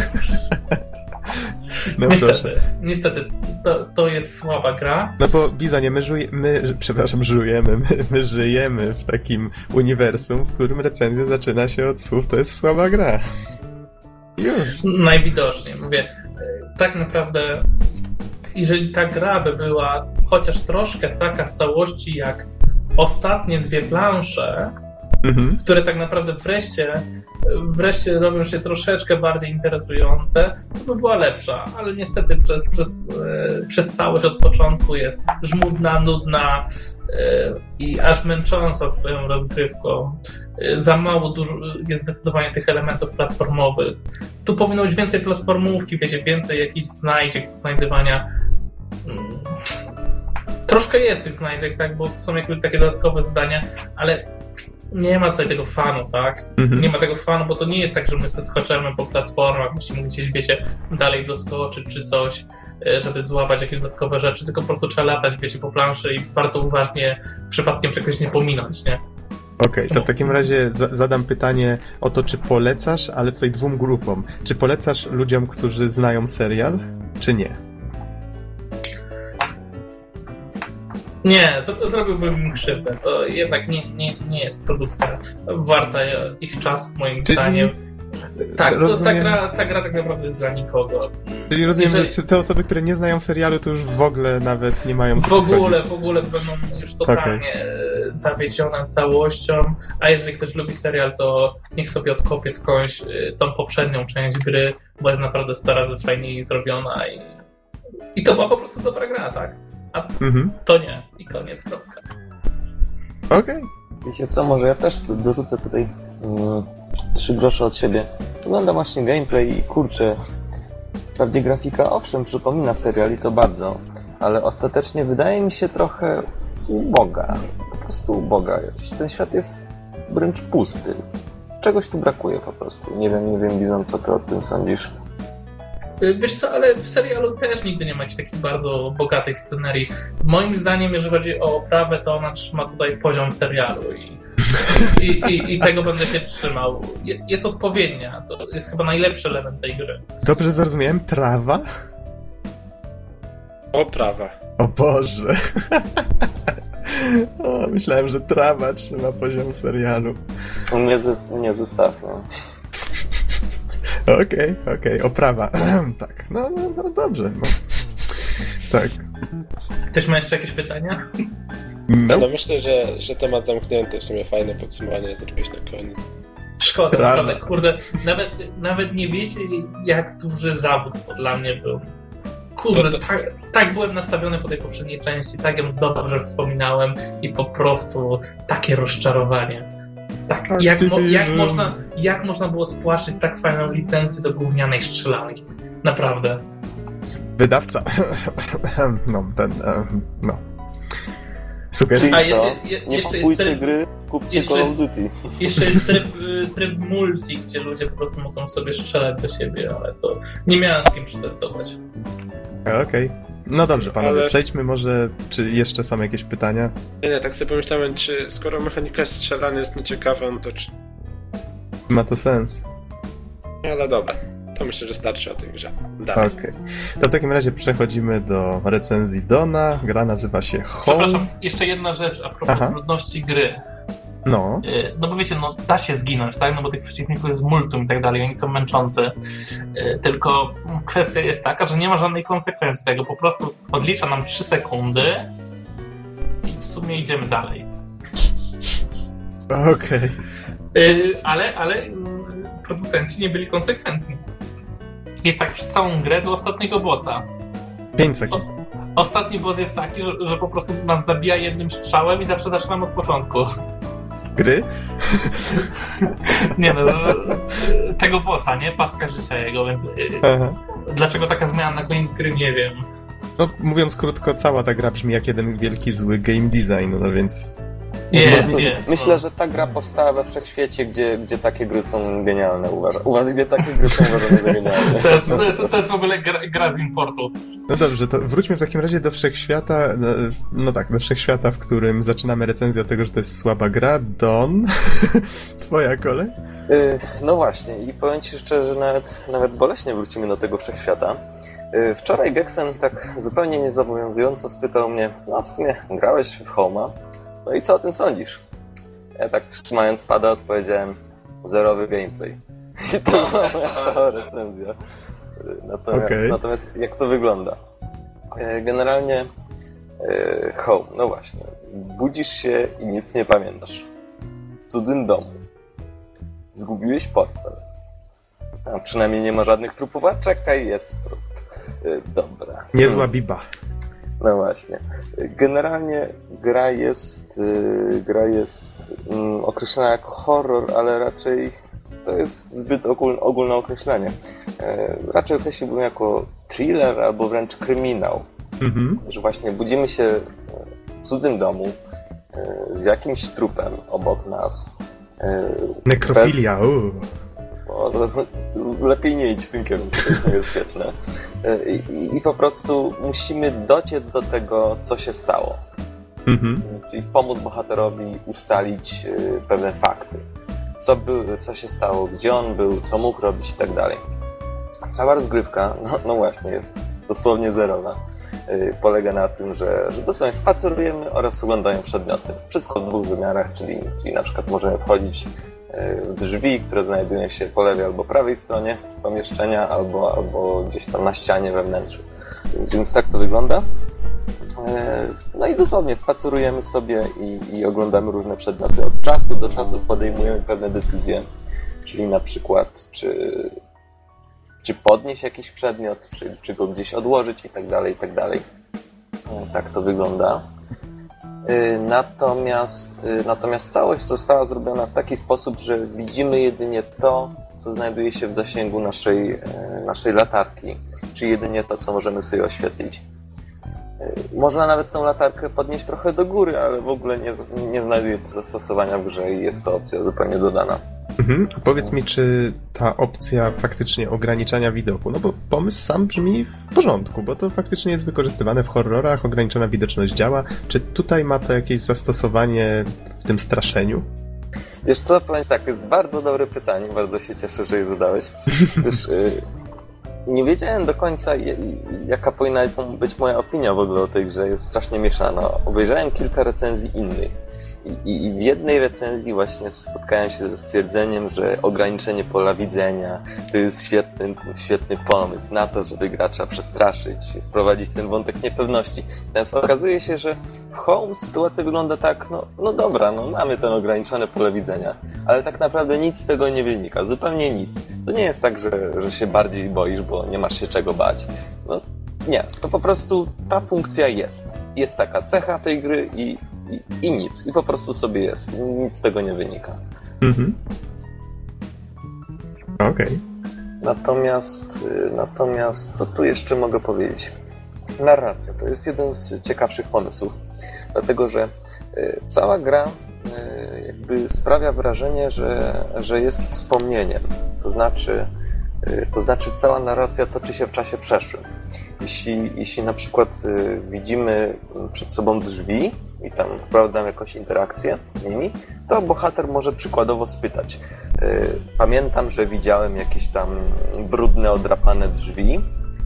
No niestety, proszę. niestety to, to jest słaba gra. No bo Bizanie, my, żuje, my przepraszam, żujemy, my, my żyjemy w takim uniwersum, w którym recenzja zaczyna się od słów: to jest słaba gra. Już. Najwidoczniej. Mówię, tak naprawdę, jeżeli ta gra by była chociaż troszkę taka w całości jak ostatnie dwie plansze, mhm. które tak naprawdę wreszcie wreszcie robią się troszeczkę bardziej interesujące, to by była lepsza, ale niestety przez, przez, przez całość od początku jest żmudna, nudna i aż męcząca swoją rozgrywką. Za mało dużo jest zdecydowanie tych elementów platformowych. Tu powinno być więcej platformówki, wiecie, więcej jakichś znajdziek do znajdywania. Troszkę jest tych znajdziek, tak, bo to są jakby takie dodatkowe zadania, ale nie ma tutaj tego fanu, tak? Mhm. Nie ma tego fanu, bo to nie jest tak, że my sobie skoczymy po platformach, musimy gdzieś, wiecie, dalej doskoczyć czy coś, żeby złapać jakieś dodatkowe rzeczy, tylko po prostu trzeba latać, wiecie, po planszy i bardzo uważnie przypadkiem czegoś nie pominąć, nie? Okej, okay, to w takim razie za- zadam pytanie o to, czy polecasz, ale tutaj dwóm grupom. Czy polecasz ludziom, którzy znają serial, czy nie? Nie, z- zrobiłbym im krzywdę. To jednak nie, nie, nie jest produkcja warta ich czasu, moim Czyli... zdaniem. Tak, to, ta, gra, ta gra tak naprawdę jest dla nikogo. Czyli rozumiem, Jeżeli... że te osoby, które nie znają serialu, to już w ogóle nawet nie mają w ogóle, w ogóle będą już totalnie okay. zawiedziona całością, a jeżeli ktoś lubi serial, to niech sobie odkopie skądś y, tą poprzednią część gry, bo jest naprawdę sto razy fajniej zrobiona i, i to była po prostu dobra gra, tak? A mhm. to nie. I koniec, kropka. Okej. Okay. Wiecie co, może ja też dorzucę tutaj mm, trzy grosze od siebie. Wygląda właśnie gameplay i kurczę, wprawdzie grafika owszem przypomina serial i to bardzo, ale ostatecznie wydaje mi się trochę uboga. Po prostu uboga. Ten świat jest wręcz pusty. Czegoś tu brakuje po prostu. Nie wiem, nie wiem, Bizon, co ty o tym sądzisz? Wiesz co, ale w serialu też nigdy nie ma takich bardzo bogatych scenerii. Moim zdaniem, jeżeli chodzi o oprawę, to ona trzyma tutaj poziom serialu i, i, i, i tego będę się trzymał. Jest odpowiednia. To jest chyba najlepszy element tej gry. Dobrze zrozumiałem? Trawa? Oprawa. O Boże. O, myślałem, że trawa trzyma poziom serialu. Niezły, niezły staw, no. Okej, okej, okay, okay. Oprawa. Tak, no, no, no dobrze. No. Tak. Ktoś ma jeszcze jakieś pytania? No, no myślę, że, że temat zamknięty. W sumie fajne podsumowanie zrobiłeś na koniec. Szkoda, Prawa. Naprawdę, kurde. Nawet, nawet nie wiecie, jak duży zawód to dla mnie był. Kurde, to... tak, tak byłem nastawiony po tej poprzedniej części, tak ją dobrze wspominałem i po prostu takie rozczarowanie. Tak, jak, mo- jak, można, jak można było spłaszczyć tak fajną licencję do gównianej strzelanki? Naprawdę. Wydawca. No, ten, no. Sugestia. A jest, je, nie jeszcze kupujcie jest tryb, gry, kupcie Call of Duty. Jeszcze jest tryb, tryb multi, gdzie ludzie po prostu mogą sobie strzelać do siebie, ale to nie miałem z kim przetestować. Okej. Okay. No dobrze, panowie, ale... przejdźmy może, czy jeszcze są jakieś pytania? Nie, nie, tak sobie pomyślałem, czy skoro mechanika strzelania jest nieciekawa, no to czy... Ma to sens. Ale dobra, to myślę, że starczy o tej grze. Dalej. Okej. Okay. To w takim razie przechodzimy do recenzji Dona. Gra nazywa się Home. Przepraszam, jeszcze jedna rzecz a propos Aha. trudności gry. No. No bo wiecie, no da się zginąć, tak? No bo tych przeciwników jest multum i tak dalej, oni są męczący. Tylko kwestia jest taka, że nie ma żadnej konsekwencji tego. Po prostu odlicza nam trzy sekundy i w sumie idziemy dalej. Okej. Okay. Ale, ale producenci nie byli konsekwencji. Jest tak przez całą grę do ostatniego bossa. pięć sekund. O, ostatni boss jest taki, że, że po prostu nas zabija jednym strzałem i zawsze zaczynam od początku. Gry? Nie no, tego bossa, nie? Paska życia jego, więc Aha. Dlaczego taka zmiana na koniec gry, nie wiem. No, mówiąc krótko, cała ta gra brzmi jak jeden wielki zły game design, no więc... Jest, jest, Myślę, no. że ta gra powstała we wszechświecie, gdzie, gdzie takie gry są genialne, uważam. U was gdzie takie gry są uważane za genialne. To, to, jest, to jest w ogóle gra, gra z importu. No dobrze, to wróćmy w takim razie do wszechświata, no, no tak, do wszechświata, w którym zaczynamy recenzję od tego, że to jest słaba gra. Don, twoja kolej? Yy, no właśnie i powiem ci szczerze, że nawet, nawet boleśnie wrócimy do tego wszechświata. Yy, wczoraj Geksen tak zupełnie niezobowiązująco spytał mnie, no w sumie grałeś w Home'a, no i co o tym sądzisz? Ja tak trzymając pada odpowiedziałem, zerowy gameplay. I to była moja cała recenzja. Natomiast, okay. natomiast jak to wygląda? Generalnie Home, no właśnie, budzisz się i nic nie pamiętasz. W cudzym domu. Zgubiłeś portfel. A przynajmniej nie ma żadnych trupów, a czekaj, jest trup. Dobra. Niezła biba. No właśnie. Generalnie gra jest yy, gra jest yy, określona jako horror, ale raczej to jest zbyt ogól, ogólne określenie. Yy, raczej określiłbym jako thriller albo wręcz kryminał. Mm-hmm. Że właśnie budzimy się w cudzym domu yy, z jakimś trupem obok nas. Yy, Nekrofilia, bez... O, no, lepiej nie idź w tym kierunku, to jest niebezpieczne. I, i, I po prostu musimy dociec do tego, co się stało. Mm-hmm. Czyli pomóc bohaterowi ustalić y, pewne fakty. Co, był, co się stało, gdzie on był, co mógł robić i tak dalej. Cała rozgrywka, no, no właśnie, jest dosłownie zerowa. Y, polega na tym, że, że dosłownie spacerujemy oraz oglądają przedmioty. Wszystko w dwóch wymiarach, czyli, czyli na przykład możemy wchodzić w drzwi, które znajdują się po lewej albo prawej stronie pomieszczenia, albo, albo gdzieś tam na ścianie we wnętrzu. Więc, więc tak to wygląda. No i dosłownie spacerujemy sobie i, i oglądamy różne przedmioty. Od czasu do czasu podejmujemy pewne decyzje, czyli na przykład czy, czy podnieść jakiś przedmiot, czy, czy go gdzieś odłożyć i tak dalej, i tak dalej. Tak to wygląda. Natomiast, natomiast całość została zrobiona w taki sposób, że widzimy jedynie to, co znajduje się w zasięgu naszej, naszej latarki, czyli jedynie to, co możemy sobie oświetlić. Można nawet tą latarkę podnieść trochę do góry, ale w ogóle nie, nie znajduje to zastosowania w grze i jest to opcja zupełnie dodana. Mhm. A powiedz mi, czy ta opcja faktycznie ograniczania widoku, no bo pomysł sam brzmi w porządku, bo to faktycznie jest wykorzystywane w horrorach, ograniczona widoczność działa. Czy tutaj ma to jakieś zastosowanie w tym straszeniu? Wiesz co, powiem tak, to jest bardzo dobre pytanie, bardzo się cieszę, że je zadałeś. Gdyż, y, nie wiedziałem do końca, jaka powinna być moja opinia w ogóle o tej grze. Jest strasznie mieszana. Obejrzałem kilka recenzji innych i, i w jednej recenzji właśnie spotkałem się ze stwierdzeniem, że ograniczenie pola widzenia to jest świetny, świetny pomysł na to, żeby gracza przestraszyć, wprowadzić ten wątek niepewności. Natomiast okazuje się, że w Home sytuacja wygląda tak, no, no dobra, no mamy ten ograniczone pole widzenia, ale tak naprawdę nic z tego nie wynika, zupełnie nic. To nie jest tak, że, że się bardziej boisz, bo nie masz się czego bać. No nie, to po prostu ta funkcja jest. Jest taka cecha tej gry i, i, i nic. I po prostu sobie jest. Nic z tego nie wynika. Mhm. Okej. Okay. Natomiast, natomiast co tu jeszcze mogę powiedzieć? Narracja to jest jeden z ciekawszych pomysłów, dlatego że cała gra jakby sprawia wrażenie, że, że jest wspomnieniem. To znaczy, to znaczy cała narracja toczy się w czasie przeszłym. Jeśli, jeśli na przykład widzimy przed sobą drzwi i tam wprowadzamy jakąś interakcję z nimi, to bohater może przykładowo spytać: pamiętam, że widziałem jakieś tam brudne, odrapane drzwi,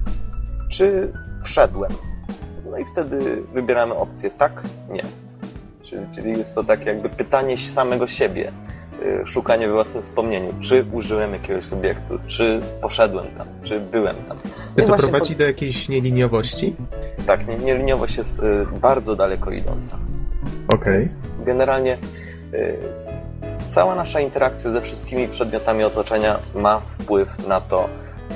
czy wszedłem? No i wtedy wybieramy opcję tak, nie. Czyli, czyli jest to tak jakby pytanie samego siebie, szukanie we własnym wspomnieniu, czy użyłem jakiegoś obiektu, czy poszedłem tam, czy byłem tam. No to prowadzi po... do jakiejś nieliniowości? Tak, nie, nieliniowość jest y, bardzo daleko idąca. Okej. Okay. Generalnie y, cała nasza interakcja ze wszystkimi przedmiotami otoczenia ma wpływ na to,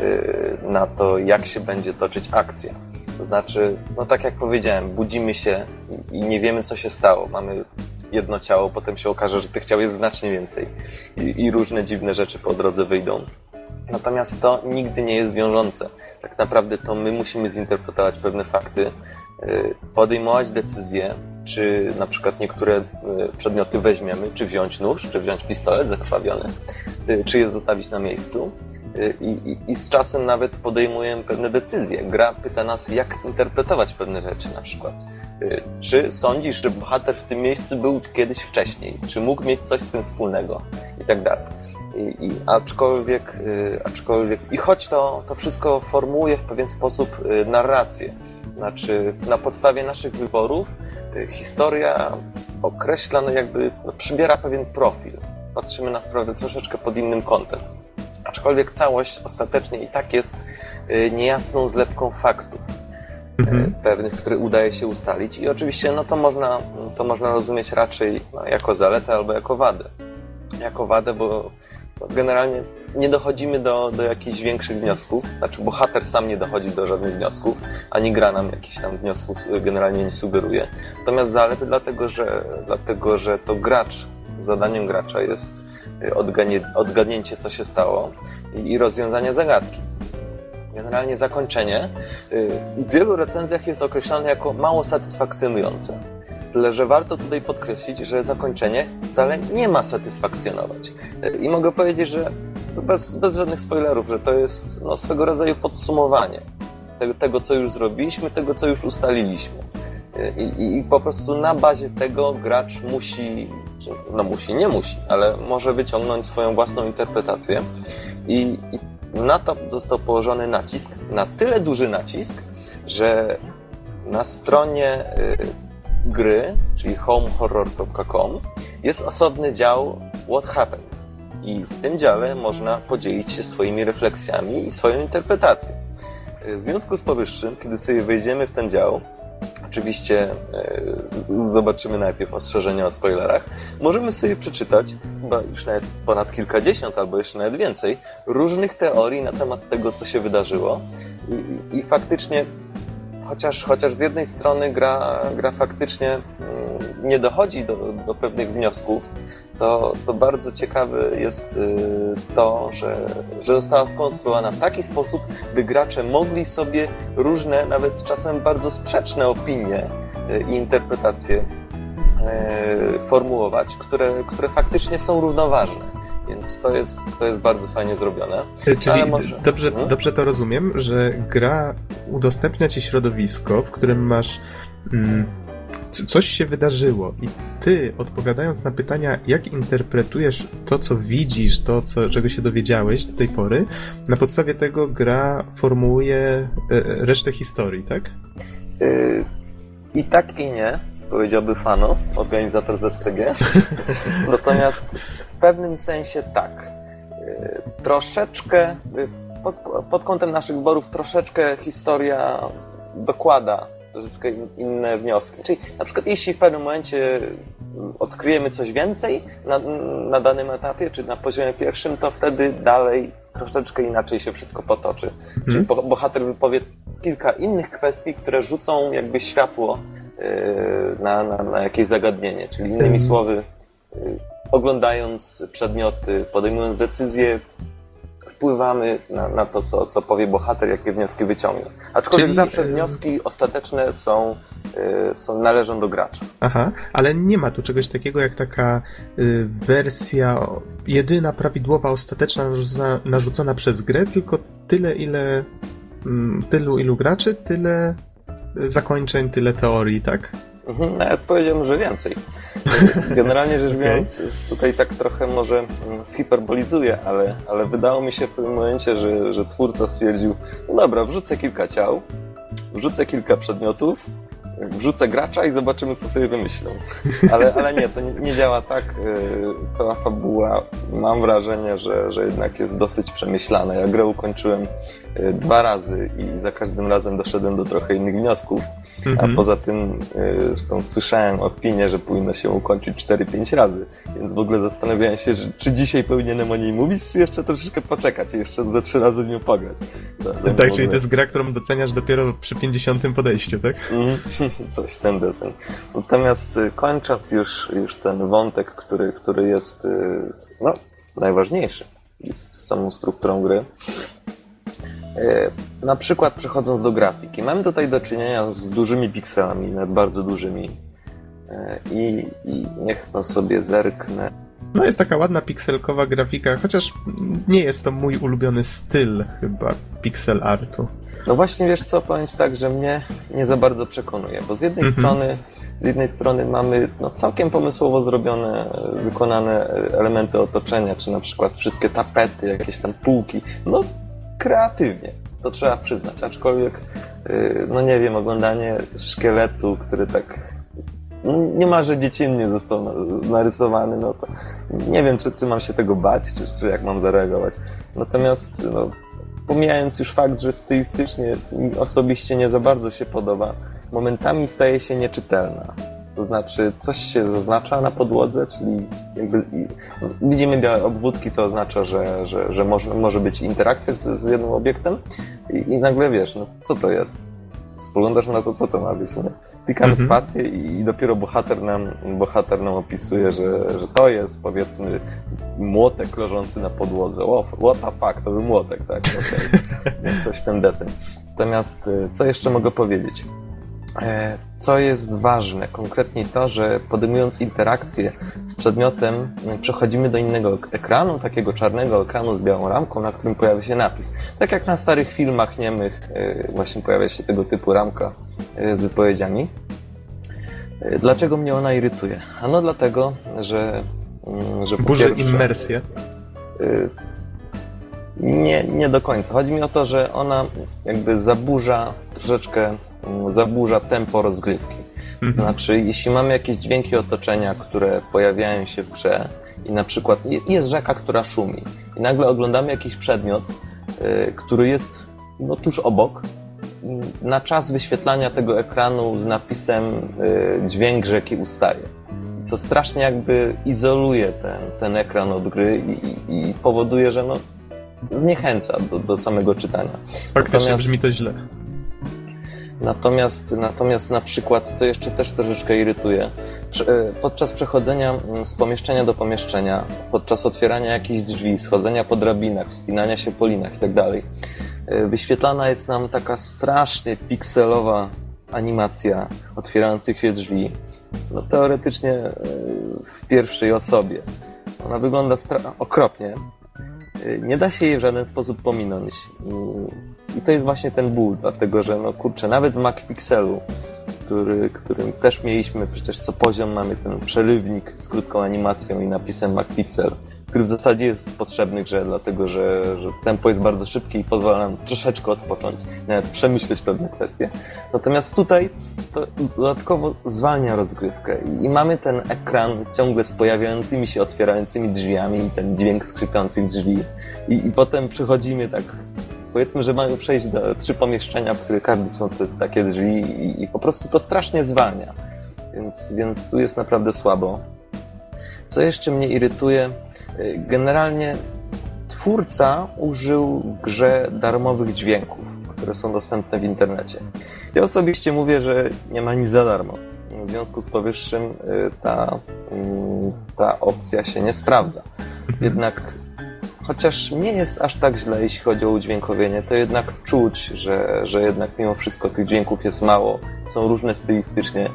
y, na to, jak się będzie toczyć akcja. To znaczy, no tak jak powiedziałem, budzimy się i, i nie wiemy, co się stało. Mamy jedno ciało, potem się okaże, że tych ciał jest znacznie więcej i, i różne dziwne rzeczy po drodze wyjdą. Natomiast to nigdy nie jest wiążące. Tak naprawdę to my musimy zinterpretować pewne fakty, podejmować decyzje, czy na przykład niektóre przedmioty weźmiemy, czy wziąć nóż, czy wziąć pistolet zakrwawiony, czy je zostawić na miejscu. I, i, I z czasem nawet podejmujemy pewne decyzje. Gra pyta nas, jak interpretować pewne rzeczy, na przykład. Czy sądzisz, że bohater w tym miejscu był kiedyś wcześniej? Czy mógł mieć coś z tym wspólnego? I tak dalej. I, i aczkolwiek, aczkolwiek, i choć to, to wszystko formułuje w pewien sposób narrację, znaczy na podstawie naszych wyborów historia określa, no jakby no, przybiera pewien profil. Patrzymy na sprawę troszeczkę pod innym kątem. Aczkolwiek całość ostatecznie i tak jest niejasną zlepką faktów mhm. pewnych, które udaje się ustalić i oczywiście no to można, to można rozumieć raczej no, jako zaletę albo jako wadę. Jako wadę, bo generalnie nie dochodzimy do, do jakichś większych wniosków, znaczy bohater sam nie dochodzi do żadnych wniosków, ani gra nam jakichś tam wniosków generalnie nie sugeruje. Natomiast zaletę dlatego, że, dlatego, że to gracz, zadaniem gracza jest Odgadnie, odgadnięcie, co się stało i, i rozwiązanie zagadki. Generalnie zakończenie w wielu recenzjach jest określane jako mało satysfakcjonujące. Tyle, że warto tutaj podkreślić, że zakończenie wcale nie ma satysfakcjonować. I mogę powiedzieć, że bez, bez żadnych spoilerów, że to jest no, swego rodzaju podsumowanie tego, tego, co już zrobiliśmy, tego, co już ustaliliśmy. I, i, I po prostu na bazie tego gracz musi, no musi, nie musi, ale może wyciągnąć swoją własną interpretację i, i na to został położony nacisk, na tyle duży nacisk, że na stronie y, gry, czyli home horror kropka com jest osobny dział What Happened i w tym dziale można podzielić się swoimi refleksjami i swoją interpretacją. W związku z powyższym, kiedy sobie wejdziemy w ten dział, Oczywiście e, zobaczymy najpierw ostrzeżenia o spoilerach. Możemy sobie przeczytać, chyba już nawet ponad kilkadziesiąt, albo jeszcze nawet więcej, różnych teorii na temat tego, co się wydarzyło. I, i faktycznie, chociaż, chociaż z jednej strony gra, gra faktycznie mm, nie dochodzi do, do pewnych wniosków, to, to bardzo ciekawe jest y, to, że, że została skonstruowana w taki sposób, by gracze mogli sobie różne, nawet czasem bardzo sprzeczne opinie y, i interpretacje y, formułować, które, które faktycznie są równoważne. Więc to jest, to jest bardzo fajnie zrobione. Czyli może... dobrze, hmm? dobrze to rozumiem, że gra udostępnia ci środowisko, w którym masz... Mm, coś się wydarzyło i ty, odpowiadając na pytania, jak interpretujesz to, co widzisz, to, co, czego się dowiedziałeś do tej pory, na podstawie tego gra formułuje resztę historii, tak? Yy, I tak i nie, powiedziałby Fano, organizator Z P G. Natomiast w pewnym sensie tak. Yy, troszeczkę, yy, pod, pod kątem naszych wyborów, troszeczkę historia dokłada troszeczkę inne wnioski. Czyli na przykład jeśli w pewnym momencie odkryjemy coś więcej na, na danym etapie, czy na poziomie pierwszym, to wtedy dalej troszeczkę inaczej się wszystko potoczy. Hmm. Czyli bohater wypowie kilka innych kwestii, które rzucą jakby światło yy, na, na, na jakieś zagadnienie. Czyli innymi hmm. słowy, yy, oglądając przedmioty, podejmując decyzje, wpływamy na, na to, co, co powie bohater, jakie wnioski wyciągnie. Aczkolwiek Czyli... zawsze wnioski ostateczne są, y, są, należą do gracza. Aha, ale nie ma tu czegoś takiego jak taka y, wersja jedyna, prawidłowa, ostateczna, narzucona, narzucona przez grę, tylko tyle, ile y, tylu, ilu graczy, tyle zakończeń, tyle teorii, tak? Mhm, nawet powiedziałbym, że więcej. Generalnie rzecz biorąc, okay. tutaj tak trochę może zhiperbolizuję, ale, ale wydało mi się w pewnym momencie, że, że twórca stwierdził, no dobra, wrzucę kilka ciał, wrzucę kilka przedmiotów, wrzucę gracza i zobaczymy, co sobie wymyślą. Ale, ale nie, to nie, nie działa tak. Cała fabuła, mam wrażenie, że, że jednak jest dosyć przemyślana. Ja grę ukończyłem dwa razy i za każdym razem doszedłem do trochę innych wniosków. A poza tym zresztą słyszałem opinię, że powinno się ukończyć cztery pięć razy, więc w ogóle zastanawiałem się, że, czy dzisiaj powinienem o niej mówić, czy jeszcze troszeczkę poczekać i jeszcze ze trzy razy w nią pograć. To, tak, ogóle... czyli to jest gra, którą doceniasz dopiero przy pięćdziesiątym podejściu, tak? Mm, coś ten desen. Natomiast kończąc już, już ten wątek, który, który jest no, najważniejszy, jest samą strukturą gry, na przykład przechodząc do grafiki. Mamy tutaj do czynienia z dużymi pikselami, nawet bardzo dużymi. I, i niech no sobie zerknę. No jest taka ładna pikselkowa grafika, chociaż nie jest to mój ulubiony styl chyba pixel artu. No właśnie, wiesz co, powiem ci tak, że mnie nie za bardzo przekonuje, bo z jednej mm-hmm. strony z jednej strony mamy no, całkiem pomysłowo zrobione, wykonane elementy otoczenia, czy na przykład wszystkie tapety, jakieś tam półki, no kreatywnie, to trzeba przyznać, aczkolwiek no nie wiem, oglądanie szkieletu, który tak no, niemalże dziecinnie został narysowany, no to nie wiem, czy, czy mam się tego bać, czy, czy jak mam zareagować. Natomiast no, pomijając już fakt, że stylistycznie mi osobiście nie za bardzo się podoba, momentami staje się nieczytelna. To znaczy, coś się zaznacza na podłodze, czyli jakby widzimy białe obwódki, co oznacza, że, że, że może, może być interakcja z, z jednym obiektem i, i nagle wiesz, no co to jest? Spoglądasz na to, co to ma być, nie? Klikamy mhm. spację i, i dopiero bohater nam, bohater nam opisuje, że, że to jest, powiedzmy, młotek leżący na podłodze. O, what the fuck, to był młotek, tak? Okay. Coś ten deseń. Natomiast co jeszcze mogę powiedzieć? Co jest ważne, konkretnie to, że podejmując interakcję z przedmiotem, przechodzimy do innego ekranu, takiego czarnego ekranu z białą ramką, na którym pojawia się napis. Tak jak na starych filmach niemych właśnie pojawia się tego typu ramka z wypowiedziami. Dlaczego mnie ona irytuje? Ano dlatego, że... że burzy immersję. Nie, nie do końca. Chodzi mi o to, że ona jakby zaburza troszeczkę zaburza tempo rozgrywki. Mhm. Znaczy, jeśli mamy jakieś dźwięki otoczenia, które pojawiają się w grze i na przykład jest rzeka, która szumi i nagle oglądamy jakiś przedmiot, yy, który jest no, tuż obok na czas wyświetlania tego ekranu z napisem dźwięk rzeki ustaje. Co strasznie jakby izoluje ten, ten ekran od gry i, i powoduje, że no zniechęca do, do samego czytania. Faktycznie natomiast, brzmi to źle. Natomiast, natomiast na przykład, co jeszcze też troszeczkę irytuje, podczas przechodzenia z pomieszczenia do pomieszczenia, podczas otwierania jakichś drzwi, schodzenia po drabinach, wspinania się po linach itd., wyświetlana jest nam taka strasznie pikselowa animacja otwierających się drzwi, no teoretycznie w pierwszej osobie. Ona wygląda stra- okropnie. Nie da się jej w żaden sposób pominąć. I, i to jest właśnie ten ból, dlatego że no kurczę, nawet w MacPixelu, który, którym też mieliśmy, przecież co poziom mamy ten przerywnik z krótką animacją i napisem MacPixel, który w zasadzie jest potrzebny grze, dlatego że, że tempo jest bardzo szybkie i pozwala nam troszeczkę odpocząć, nawet przemyśleć pewne kwestie. Natomiast tutaj to dodatkowo zwalnia rozgrywkę i mamy ten ekran ciągle z pojawiającymi się, otwierającymi drzwiami i ten dźwięk skrzypiących drzwi. I, i potem przychodzimy tak, powiedzmy, że mamy przejść do trzy pomieszczenia, w których każdy są te takie drzwi i, i po prostu to strasznie zwalnia. Więc, więc tu jest naprawdę słabo. Co jeszcze mnie irytuje? Generalnie twórca użył w grze darmowych dźwięków, które są dostępne w internecie. Ja osobiście mówię, że nie ma nic za darmo. W związku z powyższym ta, ta opcja się nie sprawdza. Jednak chociaż nie jest aż tak źle, jeśli chodzi o udźwiękowienie, to jednak czuć, że, że jednak mimo wszystko tych dźwięków jest mało, są różne stylistycznie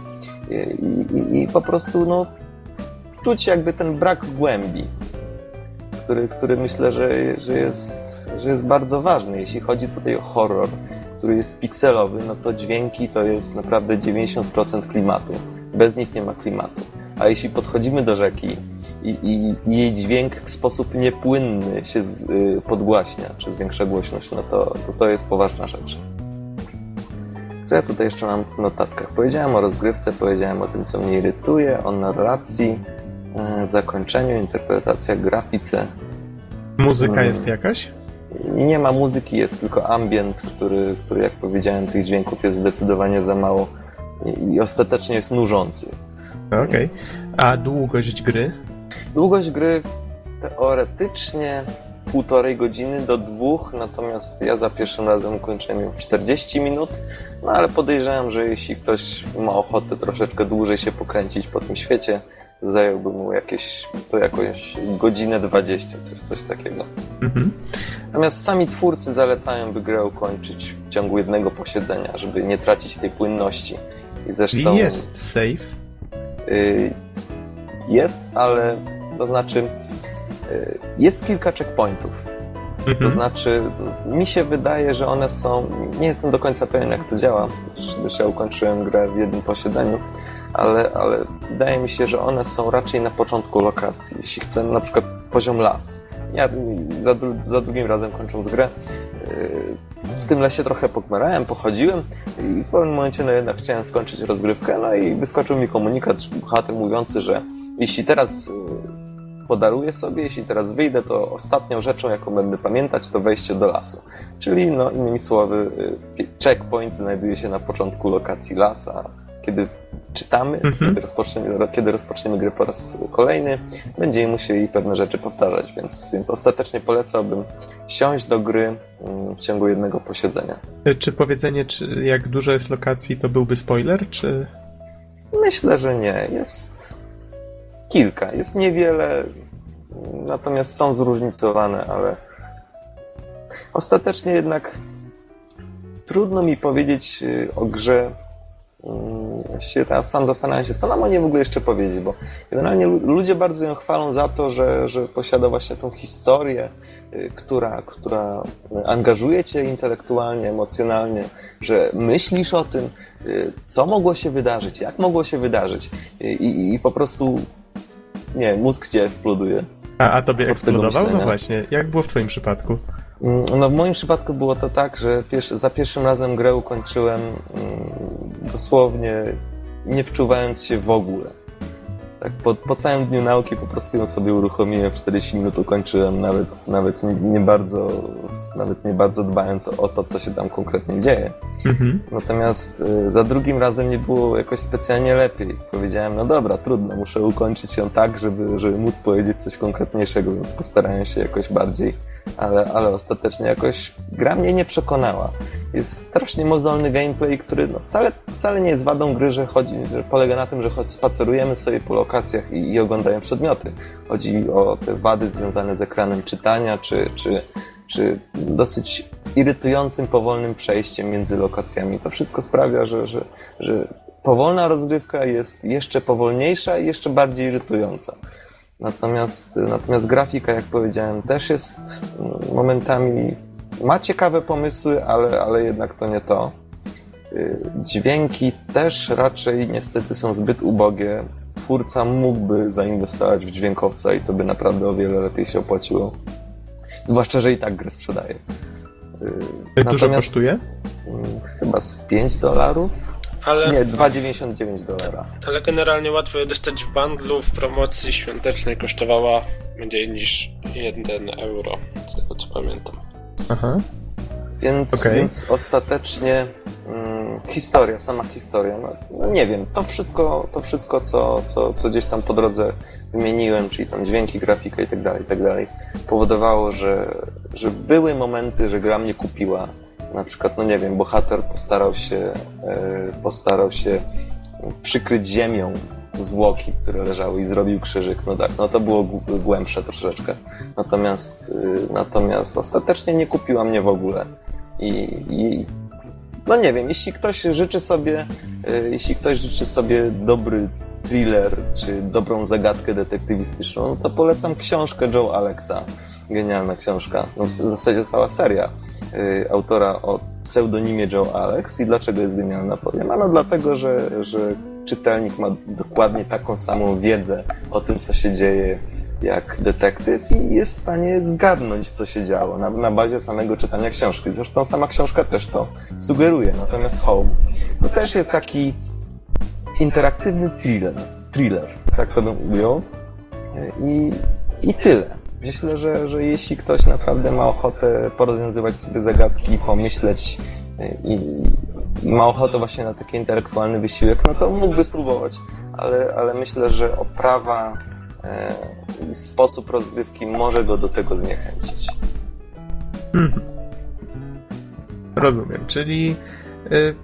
i, i, i po prostu no, czuć jakby ten brak głębi, który, który myślę, że, że, jest, że jest bardzo ważny. Jeśli chodzi tutaj o horror, który jest pikselowy, no to dźwięki to jest naprawdę dziewięćdziesiąt procent klimatu. Bez nich nie ma klimatu. A jeśli podchodzimy do rzeki i, i, i jej dźwięk w sposób niepłynny się z, y, podgłaśnia, czy zwiększa głośność, no to, to to jest poważna rzecz. Co ja tutaj jeszcze mam w notatkach? Powiedziałem o rozgrywce, powiedziałem o tym, co mnie irytuje, o narracji, zakończeniu, interpretacja, grafice. Muzyka hmm. jest jakaś? Nie ma muzyki, jest tylko ambient, który, który jak powiedziałem, tych dźwięków jest zdecydowanie za mało i, i ostatecznie jest nużący. Okej. Okay. Więc... A długość gry? Długość gry teoretycznie półtorej godziny do dwóch, natomiast ja za pierwszym razem kończyłem ją w czterdzieści minut, no ale podejrzewam, że jeśli ktoś ma ochotę troszeczkę dłużej się pokręcić po tym świecie, zająłby mu jakieś, to jakąś godzinę dwadzieścia, coś, coś takiego. Mhm. Natomiast sami twórcy zalecają, by grę ukończyć w ciągu jednego posiedzenia, żeby nie tracić tej płynności. I zresztą... Jest save? Y, jest, ale to znaczy y, jest kilka checkpointów. Mhm. To znaczy mi się wydaje, że one są... Nie jestem do końca pewien, jak to działa, gdyż ja ukończyłem grę w jednym posiedzeniu, ale, ale wydaje mi się, że one są raczej na początku lokacji. Jeśli chcemy na przykład poziom las. Ja za, za drugim razem kończąc grę w tym lesie trochę pokmerałem, pochodziłem i w pewnym momencie no jednak chciałem skończyć rozgrywkę, no i wyskoczył mi komunikat bohater mówiący, że jeśli teraz podaruję sobie, jeśli teraz wyjdę, to ostatnią rzeczą, jaką będę pamiętać, to wejście do lasu. Czyli no innymi słowy checkpoint znajduje się na początku lokacji lasa. Kiedy czytamy, mm-hmm. kiedy, rozpoczniemy, kiedy rozpoczniemy grę po raz kolejny, będziemy musieli pewne rzeczy powtarzać, więc, więc ostatecznie polecałbym siąść do gry w ciągu jednego posiedzenia. Czy powiedzenie, czy jak dużo jest lokacji, to byłby spoiler, czy... Myślę, że nie. Jest kilka. Jest niewiele, natomiast są zróżnicowane, ale ostatecznie jednak trudno mi powiedzieć o grze. Właściwie teraz sam zastanawiam się, co nam o niej w ogóle jeszcze powiedzieć, bo generalnie ludzie bardzo ją chwalą za to, że, że posiada właśnie tą historię, która, która angażuje cię intelektualnie, emocjonalnie, że myślisz o tym, co mogło się wydarzyć, jak mogło się wydarzyć i, i po prostu, nie, mózg cię eksploduje. A, a tobie eksplodował? No właśnie, jak było w twoim przypadku? No w moim przypadku było to tak, że pierwszy, za pierwszym razem grę ukończyłem dosłownie nie wczuwając się w ogóle. tak po, po całym dniu nauki po prostu ją sobie uruchomiłem, w czterdzieści minut ukończyłem, nawet, nawet nie, nie bardzo nawet nie bardzo dbając o to, co się tam konkretnie dzieje. Mhm. Natomiast y, za drugim razem nie było jakoś specjalnie lepiej. Powiedziałem, no dobra, trudno, muszę ukończyć ją tak, żeby, żeby móc powiedzieć coś konkretniejszego, więc postarałem się jakoś bardziej, ale, ale ostatecznie jakoś gra mnie nie przekonała. Jest strasznie mozolny gameplay, który no wcale, wcale nie jest wadą gry, że chodzi, że polega na tym, że choć spacerujemy sobie po lokacjach i, i oglądamy przedmioty. Chodzi o te wady związane z ekranem czytania, czy, czy, czy dosyć irytującym, powolnym przejściem między lokacjami. To wszystko sprawia, że, że, że powolna rozgrywka jest jeszcze powolniejsza i jeszcze bardziej irytująca. Natomiast, natomiast grafika, jak powiedziałem, też jest momentami, ma ciekawe pomysły, ale, ale jednak to nie to. Dźwięki też raczej niestety są zbyt ubogie. Twórca mógłby zainwestować w dźwiękowca i to by naprawdę o wiele lepiej się opłaciło. Zwłaszcza, że i tak grę sprzedaje. Jak dużo kosztuje? Chyba z pięć dolarów. Ale... Nie, dwa dziewięćdziesiąt dziewięć dolara. Ale generalnie łatwo je dostać w bundlu. W promocji świątecznej kosztowała mniej niż jeden euro, z tego co pamiętam. Aha. Więc, okay. więc ostatecznie mm, historia, sama historia, no, no nie wiem, to wszystko, to wszystko co, co, co gdzieś tam po drodze wymieniłem, czyli tam dźwięki, grafika i tak dalej, i tak dalej, powodowało, że, że były momenty, że gra mnie kupiła. Na przykład, no nie wiem, bohater postarał się, e, postarał się przykryć ziemią zwłoki, które leżały i zrobił krzyżyk. No tak, no to było głębsze troszeczkę. Natomiast, y, natomiast ostatecznie nie kupiła mnie w ogóle. I, i no nie wiem, jeśli ktoś życzy sobie, y, jeśli ktoś życzy sobie dobry thriller, czy dobrą zagadkę detektywistyczną, no to polecam książkę Joe Alexa. Genialna książka. No w zasadzie cała seria y, autora o pseudonimie Joe Alex. I dlaczego jest genialna, powiem? Ano dlatego, że, że czytelnik ma dokładnie taką samą wiedzę o tym, co się dzieje, jak detektyw i jest w stanie zgadnąć, co się działo na, na bazie samego czytania książki. Zresztą sama książka też to sugeruje. Natomiast Home to też jest taki interaktywny thriller, thriller tak to bym ujął. I, i tyle. Myślę, że, że jeśli ktoś naprawdę ma ochotę porozwiązywać sobie zagadki, pomyśleć i, i ma ochotę właśnie na taki intelektualny wysiłek, no to mógłby spróbować. Ale, ale myślę, że oprawa e, i sposób rozgrywki może go do tego zniechęcić. Hmm. Rozumiem. Czyli y,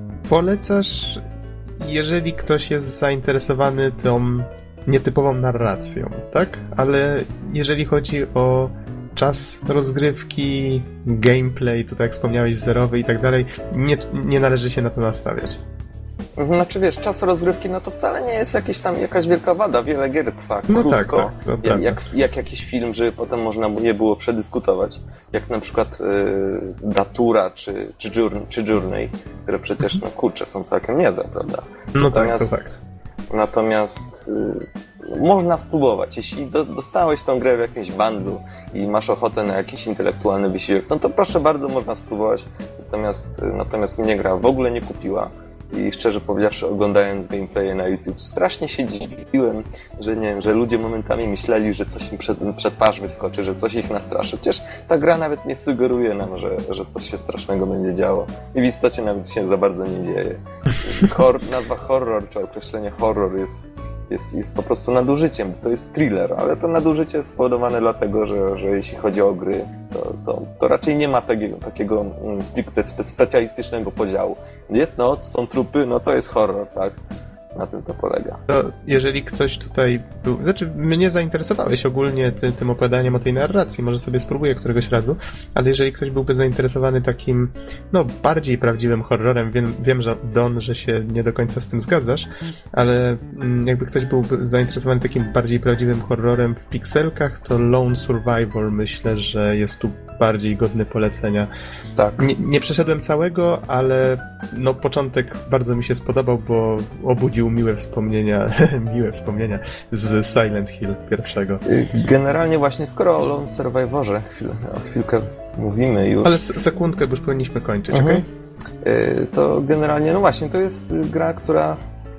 polecasz, jeżeli ktoś jest zainteresowany tą nietypową narracją, tak? Ale jeżeli chodzi o czas rozgrywki, gameplay, tutaj jak wspomniałeś, zerowy i tak dalej, nie, nie należy się na to nastawiać. Znaczy wiesz, czas rozgrywki, no to wcale nie jest jakieś tam jakaś wielka wada. Wiele gier trwa no krótko, tak, tak, jak, jak, jak jakiś film, żeby potem można nie było przedyskutować. Jak na przykład y, Datura czy, czy, Journey, czy Journey, które przecież, no kurczę, są całkiem niezłe, prawda? No natomiast, tak, to tak. Natomiast y, można spróbować. Jeśli do, dostałeś tą grę w jakimś bundlu i masz ochotę na jakiś intelektualny wysiłek, no to proszę bardzo, można spróbować. Natomiast, y, natomiast mnie gra w ogóle nie kupiła. I szczerze powiedziawszy, oglądając gameplaye na YouTube, strasznie się dziwiłem, że nie wiem, że ludzie momentami myśleli, że coś im przed, przed twarz wyskoczy, że coś ich nastraszy. Przecież ta gra nawet nie sugeruje nam, że, że coś się strasznego będzie działo. I w istocie nawet się za bardzo nie dzieje. Hor- nazwa horror, czy określenie horror jest, jest, jest po prostu nadużyciem. To jest thriller, ale to nadużycie jest spowodowane dlatego, że, że jeśli chodzi o gry, to, to, to raczej nie ma takiego, takiego stricte spe- specjalistycznego podziału. Jest noc, są trupy, no to jest horror, tak? Na tym to polega. To jeżeli ktoś tutaj był... Znaczy, mnie zainteresowałeś ogólnie ty, tym opowiadaniem o tej narracji, może sobie spróbuję któregoś razu, ale jeżeli ktoś byłby zainteresowany takim, no, bardziej prawdziwym horrorem, wiem, wiem że Don, że się nie do końca z tym zgadzasz, ale jakby ktoś byłby zainteresowany takim bardziej prawdziwym horrorem w pikselkach, to Lone Survivor myślę, że jest tu bardziej godny polecenia. Tak. Nie, nie przeszedłem całego, ale no początek bardzo mi się spodobał, bo obudził miłe wspomnienia, miłe wspomnienia z Silent Hill pierwszego. Generalnie właśnie, skoro o Lone Survivorze chwilę, o chwilkę mówimy już. Ale sekundkę, bo już powinniśmy kończyć, mhm. okej? Okay? To generalnie, no właśnie, to jest gra, która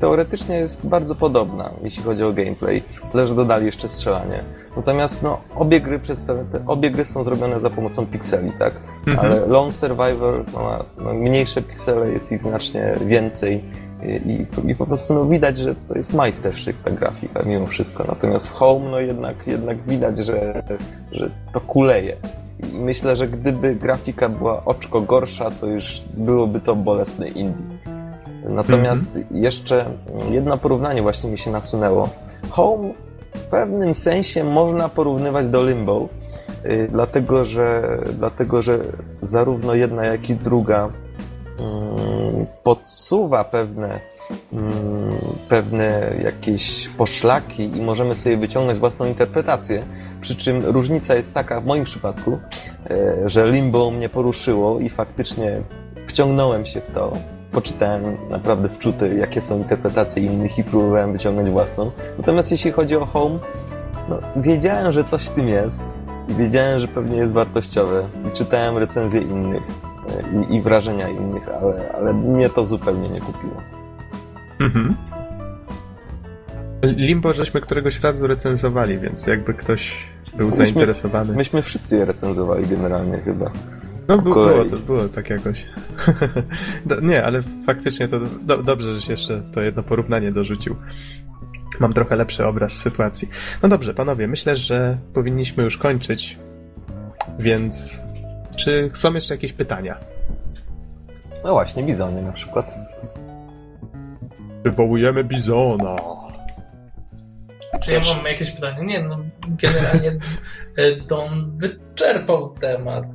teoretycznie jest bardzo podobna, jeśli chodzi o gameplay, tyle że dodali jeszcze strzelanie. Natomiast no, obie gry przedstawi- obie gry są zrobione za pomocą pikseli, tak? Mhm. Ale Lone Survivor no, ma no, mniejsze piksele, jest ich znacznie więcej i, i, i po prostu no, widać, że to jest majsterszyk ta grafika mimo wszystko. Natomiast w Home no jednak, jednak widać, że, że to kuleje. I myślę, że gdyby grafika była oczko gorsza, to już byłoby to bolesne indie. Natomiast mm-hmm. jeszcze jedno porównanie właśnie mi się nasunęło. Home w pewnym sensie można porównywać do Limbo, yy, dlatego, że, dlatego że zarówno jedna, jak i druga yy, podsuwa pewne, yy, pewne jakieś poszlaki i możemy sobie wyciągnąć własną interpretację. Przy czym różnica jest taka w moim przypadku, yy, że Limbo mnie poruszyło i faktycznie wciągnąłem się w to. Poczytałem naprawdę wczuty, jakie są interpretacje innych i próbowałem wyciągnąć własną. Natomiast jeśli chodzi o Home, no, wiedziałem, że coś w tym jest i wiedziałem, że pewnie jest wartościowe i czytałem recenzje innych i, i wrażenia innych, ale, ale mnie to zupełnie nie kupiło. Mhm. Limbo żeśmy któregoś razu recenzowali, więc jakby ktoś był myśmy, zainteresowany. Myśmy wszyscy je recenzowali generalnie chyba. No by, było to, było tak jakoś. do, nie, ale faktycznie to do, dobrze, żeś jeszcze to jedno porównanie dorzucił. Mam trochę lepszy obraz sytuacji. No dobrze, panowie, myślę, że powinniśmy już kończyć, więc czy są jeszcze jakieś pytania? No właśnie, bizony na przykład. Wywołujemy bizona. Czy ja mam jakieś pytanie? Nie, no generalnie Don wyczerpał temat.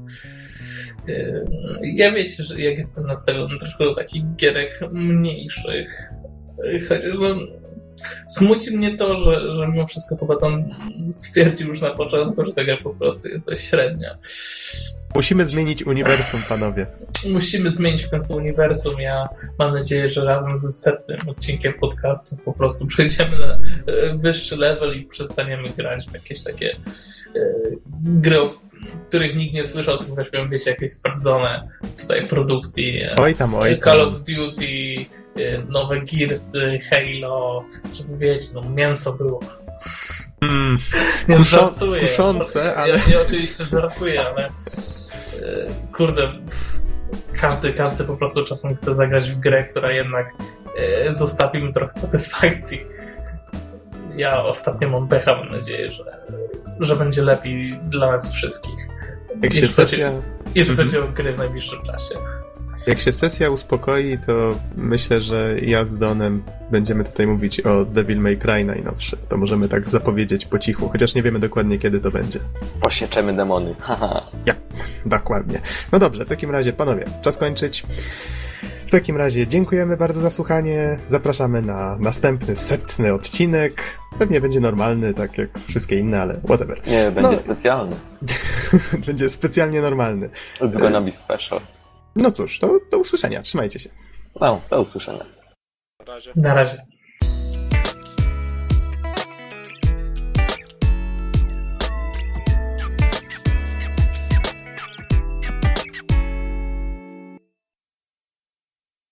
Ja wiecie, że jak jestem nastawiony troszkę do takich gierek mniejszych, chociaż no, smuci mnie to, że, że mimo wszystko chyba tam stwierdził już na początku, że ta gra po prostu jest dość średnia. Musimy zmienić uniwersum, panowie. Musimy zmienić w końcu uniwersum. Ja mam nadzieję, że razem ze setnym odcinkiem podcastu po prostu przejdziemy na wyższy level i przestaniemy grać w jakieś takie gry, o których nikt nie słyszał, tylko weźmiemy, wiecie, jakieś sprawdzone tutaj produkcji. Oj tam, oj tam. Call of Duty, nowe Gearsy, Halo, żeby wiecie, no mięso było. Mm, nie, kuszo- żartuję. Kuszące, ale... Ja, ja oczywiście żartuję, ale kurde, każdy, każdy po prostu czasem chce zagrać w grę, która jednak zostawi mi trochę satysfakcji. Ja ostatnio mam pecha, mam nadzieję, że, że będzie lepiej dla nas wszystkich. Jak się sesja... Jeżeli chodzi o gry w najbliższym czasie. Jak się sesja uspokoi, to myślę, że ja z Donem będziemy tutaj mówić o Devil May Cry najnowszy. To możemy tak zapowiedzieć po cichu, chociaż nie wiemy dokładnie, kiedy to będzie. Posieczymy demony. Ja, dokładnie. No dobrze, w takim razie, panowie, czas kończyć. W takim razie dziękujemy bardzo za słuchanie. Zapraszamy na następny, setny odcinek. Pewnie będzie normalny, tak jak wszystkie inne, ale whatever. Nie, będzie no, specjalny. Będzie specjalnie normalny. It's gonna be special. No cóż, to do usłyszenia. Trzymajcie się. No, do usłyszenia. Na razie. Na razie.